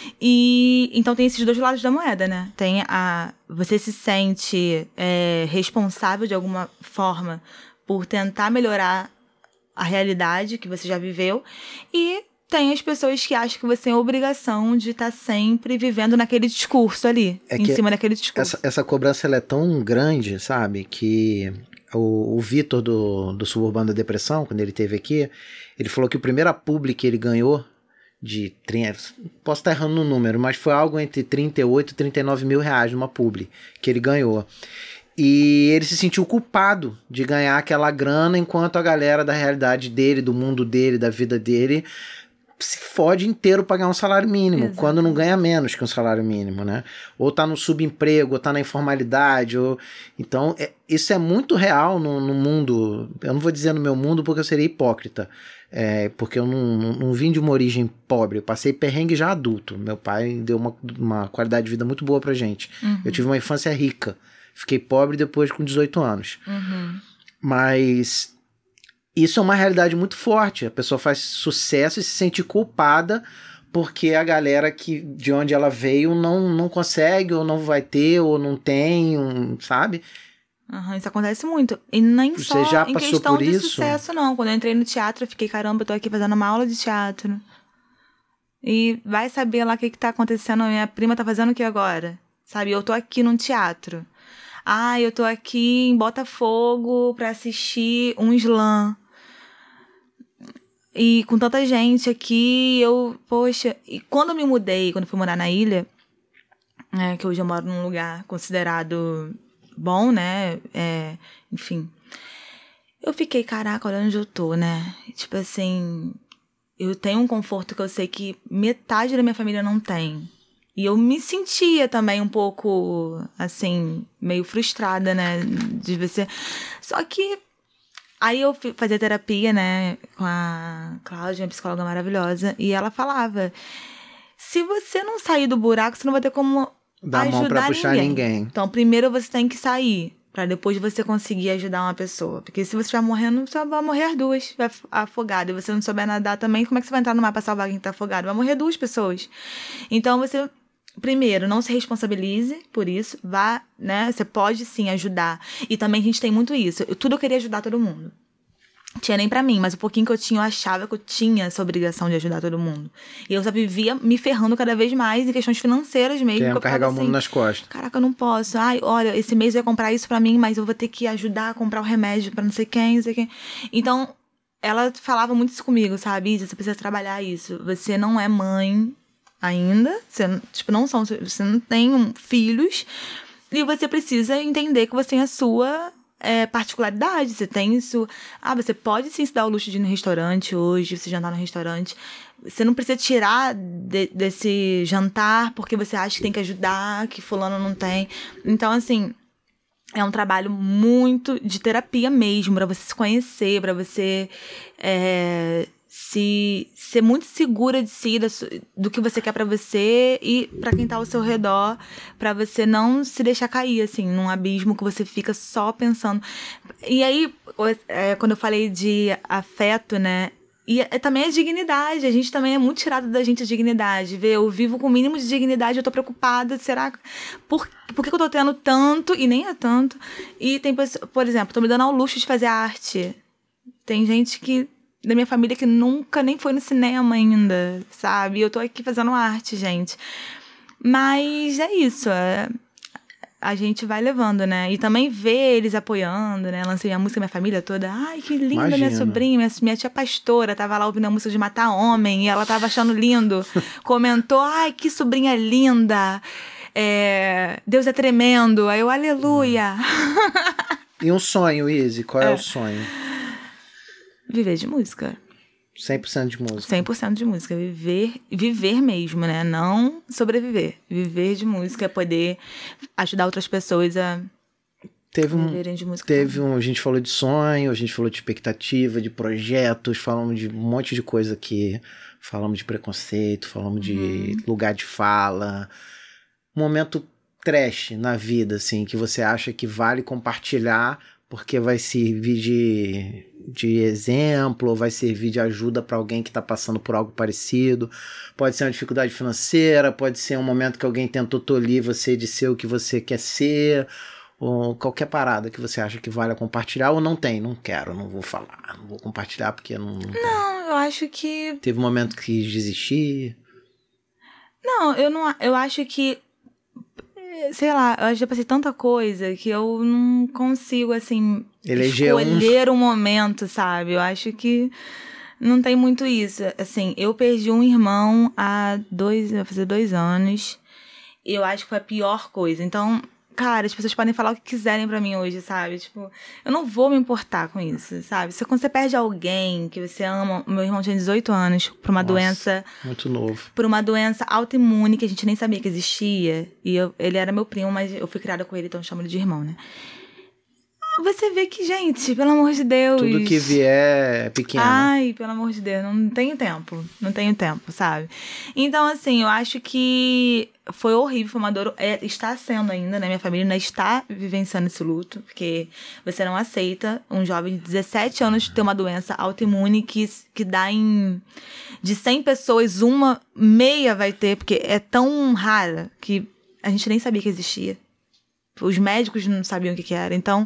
E então tem esses dois lados da moeda, né? Tem a... Você se sente é, responsável de alguma forma por tentar melhorar a realidade que você já viveu e... Tem as pessoas que acham que você tem a obrigação de estar sempre vivendo naquele discurso ali, é em cima daquele discurso. Essa, essa cobrança ela é tão grande, sabe, que o, o Vitor do, do Suburbano da Depressão, quando ele esteve aqui, ele falou que o primeiro publi que ele ganhou de trinta, posso estar errando no número, mas foi algo entre trinta e oito e trinta e nove mil reais numa publi que ele ganhou. E ele se sentiu culpado de ganhar aquela grana enquanto a galera da realidade dele, do mundo dele, da vida dele, se fode inteiro pra ganhar um salário mínimo, Exato. Quando não ganha menos que um salário mínimo, né? Ou tá no subemprego, ou tá na informalidade, ou... Então, é, isso é muito real no, no mundo, eu não vou dizer no meu mundo porque eu seria hipócrita, é, porque eu não, não, não vim de uma origem pobre, eu passei perrengue já adulto, meu pai deu uma, uma qualidade de vida muito boa pra gente, Uhum. Eu tive uma infância rica, fiquei pobre depois com dezoito anos, Uhum. Mas... Isso é uma realidade muito forte. A pessoa faz sucesso e se sente culpada porque a galera que, de onde ela veio não, não consegue, ou não vai ter, ou não tem, um, sabe? Uhum, isso acontece muito. E nem Você só já em passou questão por de isso? sucesso, não. Quando eu entrei no teatro, eu fiquei, caramba, eu tô aqui fazendo uma aula de teatro. E vai saber lá o que que tá acontecendo. Minha prima tá fazendo o que agora? Sabe? Eu tô aqui num teatro. Ah, eu tô aqui em Botafogo pra assistir um slam. E com tanta gente aqui, eu, poxa... E quando eu me mudei, quando eu fui morar na ilha, é, que hoje eu moro num lugar considerado bom, né? É, enfim. Eu fiquei, caraca, olha onde eu tô, né? Tipo assim, eu tenho um conforto que eu sei que metade da minha família não tem. E eu me sentia também um pouco, assim, meio frustrada, né? De você... Só que... Aí eu fazia terapia, né, com a Cláudia, uma psicóloga maravilhosa, e ela falava, se você não sair do buraco, você não vai ter como Dá a mão pra ajudar puxar ninguém. ninguém. Então, primeiro você tem que sair, pra depois você conseguir ajudar uma pessoa. Porque se você estiver morrendo, você vai morrer as duas, vai afogado. E você não souber nadar também, como é que você vai entrar no mar pra salvar quem tá afogado? Vai morrer duas pessoas. Então, você... Primeiro, não se responsabilize por isso, vá, né, você pode sim ajudar. E também a gente tem muito isso, eu, tudo eu queria ajudar todo mundo. Tinha nem pra mim, mas o pouquinho que eu tinha, eu achava que eu tinha essa obrigação de ajudar todo mundo. E eu só vivia me ferrando cada vez mais em questões financeiras mesmo. Querendo carregar assim, o mundo nas costas. Caraca, eu não posso. Ai, olha, esse mês eu ia comprar isso pra mim, mas eu vou ter que ajudar a comprar o remédio pra não sei quem, não sei quem. Então, ela falava muito isso comigo, sabe? Isa, você precisa trabalhar isso. Você não é mãe... ainda, você, tipo, não são, você não tem um, filhos, e você precisa entender que você tem a sua é, particularidade, você tem isso, ah, você pode sim se dar o luxo de ir no restaurante hoje, você jantar no restaurante, você não precisa tirar de, desse jantar porque você acha que tem que ajudar, que fulano não tem, então assim, é um trabalho muito de terapia mesmo, pra você se conhecer, pra você é, se ser muito segura de si, do que você quer pra você e pra quem tá ao seu redor, pra você não se deixar cair, assim, num abismo que você fica só pensando. E aí, é, quando eu falei de afeto, né, e é, também a dignidade, a gente também é muito tirado da gente a dignidade, vê, eu vivo com o mínimo de dignidade, eu tô preocupada, será, por, por que eu tô tendo tanto, e nem é tanto, e tem, por exemplo, tô me dando ao luxo de fazer arte, tem gente que da minha família que nunca nem foi no cinema ainda, sabe? Eu tô aqui fazendo arte, gente. Mas é isso, é... a gente vai levando, né? E também ver eles apoiando, né? Lancei a música, minha família toda. Ai, que linda, Imagina. Minha sobrinha. Minha, minha tia pastora tava lá ouvindo a música de Matar Homem e ela tava achando lindo. Comentou, ai, que sobrinha linda. É... Deus é tremendo. Aí eu, aleluia. E um sonho, Izzy? Qual é, é o sonho? Viver de música. cem por cento de música. cem por cento de música. Viver, viver mesmo, né? Não sobreviver. Viver de música, poder ajudar outras pessoas a teve um, viverem de música. Teve um, a gente falou de sonho, a gente falou de expectativa, de projetos, falamos de um monte de coisa aqui. Falamos de preconceito, falamos de uhum. lugar de fala. Um momento trash na vida, assim, que você acha que vale compartilhar porque vai servir de, de exemplo, ou vai servir de ajuda para alguém que está passando por algo parecido. Pode ser uma dificuldade financeira, pode ser um momento que alguém tentou tolir você de ser o que você quer ser, ou qualquer parada que você acha que vale compartilhar, ou não tem, não quero, não vou falar, não vou compartilhar porque não... Não, não eu acho que... Teve um momento que quis desistir? Não, eu não, eu acho que sei lá, eu já passei tanta coisa que eu não consigo, assim, Eleger escolher um... um momento, sabe? Eu acho que não tem muito isso. Assim, eu perdi um irmão há dois, vai fazer dois anos, e eu acho que foi a pior coisa. Então, Cara, as pessoas podem falar o que quiserem pra mim hoje, sabe? Tipo, eu não vou me importar com isso, sabe? Se quando você perde alguém que você ama... Meu irmão tinha dezoito anos por uma Nossa, doença... muito novo. Por uma doença autoimune que a gente nem sabia que existia. E eu, ele era meu primo, mas eu fui criada com ele, então eu chamo ele de irmão, né? Você vê que, gente, pelo amor de Deus... Tudo que vier é pequeno. Ai, pelo amor de Deus, não tenho tempo. Não tenho tempo, sabe? Então, assim, eu acho que foi horrível, foi uma dor... É, está sendo ainda, né? Minha família ainda está vivenciando esse luto, porque você não aceita um jovem de dezessete anos ter uma doença autoimune que, que dá em... De cem pessoas, uma meia vai ter, porque é tão rara que a gente nem sabia que existia. Os médicos não sabiam o que, que era. Então,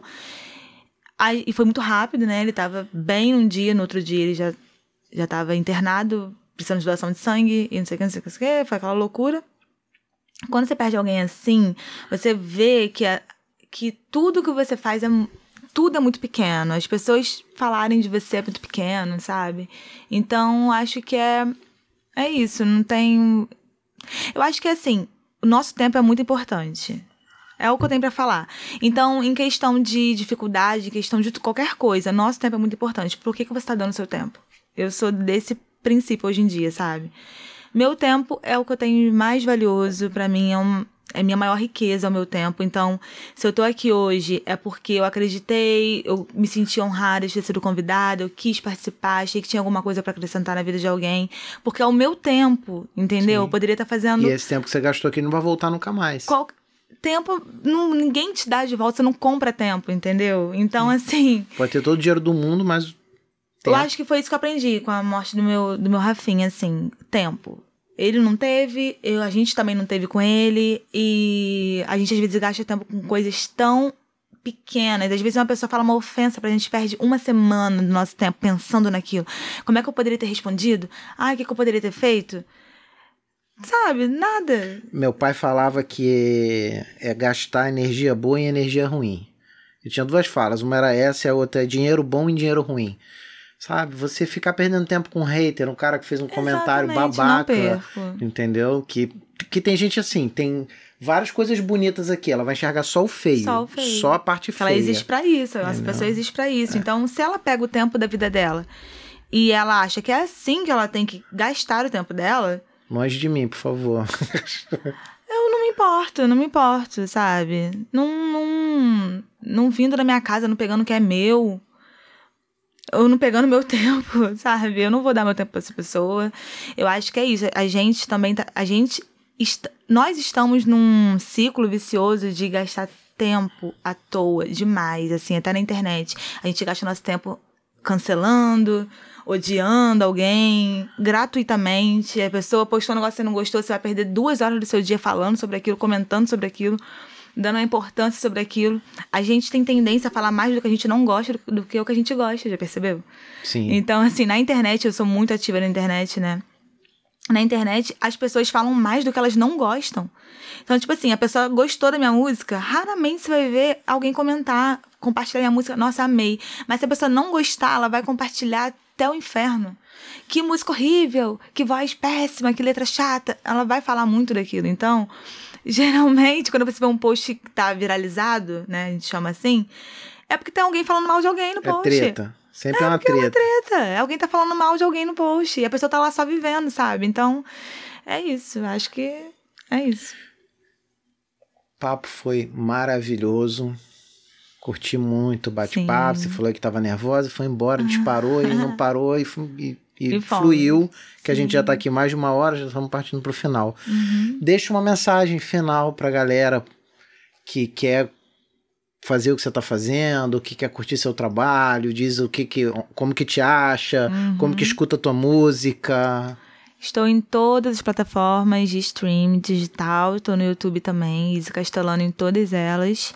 aí, e foi muito rápido, né? Ele tava bem um dia, no outro dia ele já, já tava internado, precisando de doação de sangue, e não sei o que, não sei o que, não sei o que, foi aquela loucura. Quando você perde alguém assim, você vê que, a, que tudo que você faz é... Tudo é muito pequeno. As pessoas falarem de você é muito pequeno, sabe? Então, acho que é... É isso, não tem... Eu acho que, assim, o nosso tempo é muito importante. É o que eu tenho pra falar. Então, em questão de dificuldade, em questão de qualquer coisa, nosso tempo é muito importante. Por que, que você tá dando seu tempo? Eu sou desse princípio hoje em dia, sabe? Meu tempo é o que eu tenho mais valioso. Pra mim, é, um, é minha maior riqueza, é o meu tempo. Então, se eu tô aqui hoje, é porque eu acreditei, eu me senti honrada de ter sido convidada, eu quis participar, achei que tinha alguma coisa pra acrescentar na vida de alguém. Porque é o meu tempo, entendeu? Sim. Eu poderia estar fazendo... E esse tempo que você gastou aqui não vai voltar nunca mais. Qual... Tempo, não, ninguém te dá de volta, você não compra tempo, entendeu? Então, assim... Pode ter todo o dinheiro do mundo, mas... Tempo. Eu acho que foi isso que eu aprendi com a morte do meu, do meu Rafinha, assim, tempo. Ele não teve, eu, a gente também não teve com ele, e a gente às vezes gasta tempo com coisas tão pequenas. Às vezes uma pessoa fala uma ofensa pra gente, perde uma semana do nosso tempo pensando naquilo. Como é que eu poderia ter respondido? Ai, o que, que eu poderia ter feito? Sabe, nada. Meu pai falava que é gastar energia boa em energia ruim. Eu tinha duas falas, uma era essa e a outra é dinheiro bom em dinheiro ruim. Sabe, você ficar perdendo tempo com um hater, um cara que fez um comentário babaca, entendeu? Que, que tem gente assim, tem várias coisas bonitas aqui, ela vai enxergar só o feio, só, o feio. Só a parte feia. Ela existe pra isso, essa pessoa existe pra isso. É. Então, se ela pega o tempo da vida dela e ela acha que é assim que ela tem que gastar o tempo dela... Longe de mim, por favor. Eu não me importo, não me importo, sabe? Não, não, não vindo da minha casa, não pegando o que é meu. Ou não pegando meu tempo, sabe? Eu não vou dar meu tempo pra essa pessoa. Eu acho que é isso. A gente também tá... A gente... Est- nós estamos num ciclo vicioso de gastar tempo à toa, demais, assim, até na internet. A gente gasta nosso tempo cancelando... odiando alguém, gratuitamente. A pessoa postou um negócio que você não gostou, você vai perder duas horas do seu dia falando sobre aquilo, comentando sobre aquilo, dando uma importância sobre aquilo. A gente tem tendência a falar mais do que a gente não gosta do, do que o que a gente gosta, já percebeu? Sim. Então, assim, na internet, eu sou muito ativa na internet, né? Na internet, as pessoas falam mais do que elas não gostam. Então, tipo assim, a pessoa gostou da minha música, raramente você vai ver alguém comentar, compartilhar minha música, nossa, amei. Mas se a pessoa não gostar, ela vai compartilhar até o inferno. Que música horrível, que voz péssima, que letra chata. Ela vai falar muito daquilo. Então, geralmente, quando você vê um post que tá viralizado, né, a gente chama assim, é porque tem alguém falando mal de alguém no post. É treta. Sempre é, é uma treta. É uma treta. Alguém tá falando mal de alguém no post. E a pessoa tá lá só vivendo, sabe? Então, é isso. Acho que é isso. O papo foi maravilhoso. Curti muito o bate-papo. Você falou que tava nervosa, foi embora, disparou e não parou e, e, e, e fluiu. Que Sim. a gente já tá aqui mais de uma hora, já estamos partindo pro final. Uhum. Deixa uma mensagem final pra galera que quer fazer o que você tá fazendo, que quer curtir seu trabalho, diz o que que, como que te acha, uhum. como que escuta a tua música. Estou em todas as plataformas de streaming digital, estou no YouTube também, Izzy Castellano em todas elas.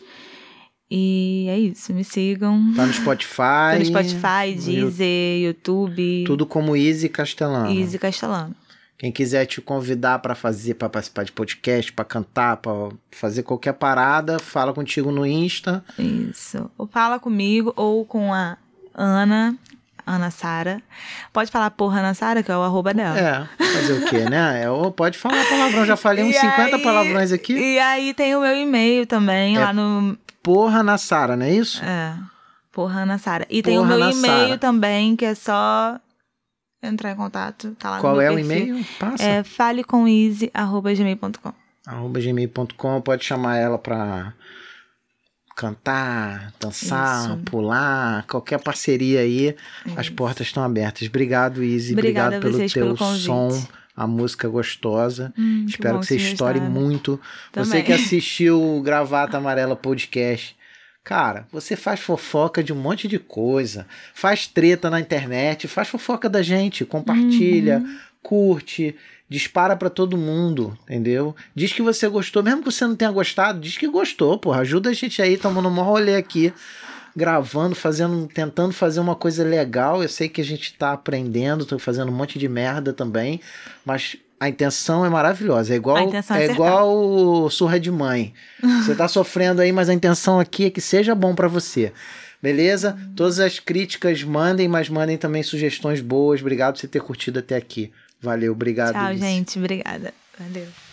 E é isso, me sigam. Tá no Spotify. Tô no Spotify, Deezer, YouTube. Tudo como Izzy Castellano. Izzy Castellano. Quem quiser te convidar para fazer, para participar de podcast, para cantar, para fazer qualquer parada, fala contigo no Insta. Isso. Ou fala comigo ou com a Ana, Ana Sara. Pode falar porra Ana Sara, que é o arroba dela. É, fazer o quê, né? É, pode falar palavrão, já falei uns cinquenta aí, palavrões aqui. E aí tem o meu e-mail também, é lá no... Porra Ana Sara, não é isso? É, porra Ana Sara. E porra tem o meu Ana e-mail Sara. também, que é só entrar em contato, tá lá Qual no meu é perfil. o e-mail? Passa. É falecomeasy arroba gmail ponto com. arroba gmail ponto com, pode chamar ela pra cantar, dançar, Isso. pular, qualquer parceria aí, Isso. as portas estão abertas. Obrigado, Izzy. Obrigada Obrigado a vocês pelo pelo teu convite. som, a música gostosa. Hum, que Espero bom que você que vocês estoure gostaram. muito. Você Também. que assistiu o Gravata Amarela Podcast, cara, você faz fofoca de um monte de coisa, faz treta na internet, faz fofoca da gente, compartilha, Uhum. curte, dispara pra todo mundo, entendeu? Diz que você gostou, mesmo que você não tenha gostado, diz que gostou, porra, ajuda a gente aí, estamos no maior rolê aqui, gravando, fazendo, tentando fazer uma coisa legal. Eu sei que a gente tá aprendendo, tô fazendo um monte de merda também, mas a intenção é maravilhosa, é igual, A intenção é é acertar. igual surra de mãe. Você tá sofrendo aí, mas a intenção aqui é que seja bom pra você. Beleza? Todas as críticas mandem, mas mandem também sugestões boas. Obrigado por você ter curtido até aqui. Valeu, obrigado. Tchau, Izzy. gente. Obrigada. Valeu.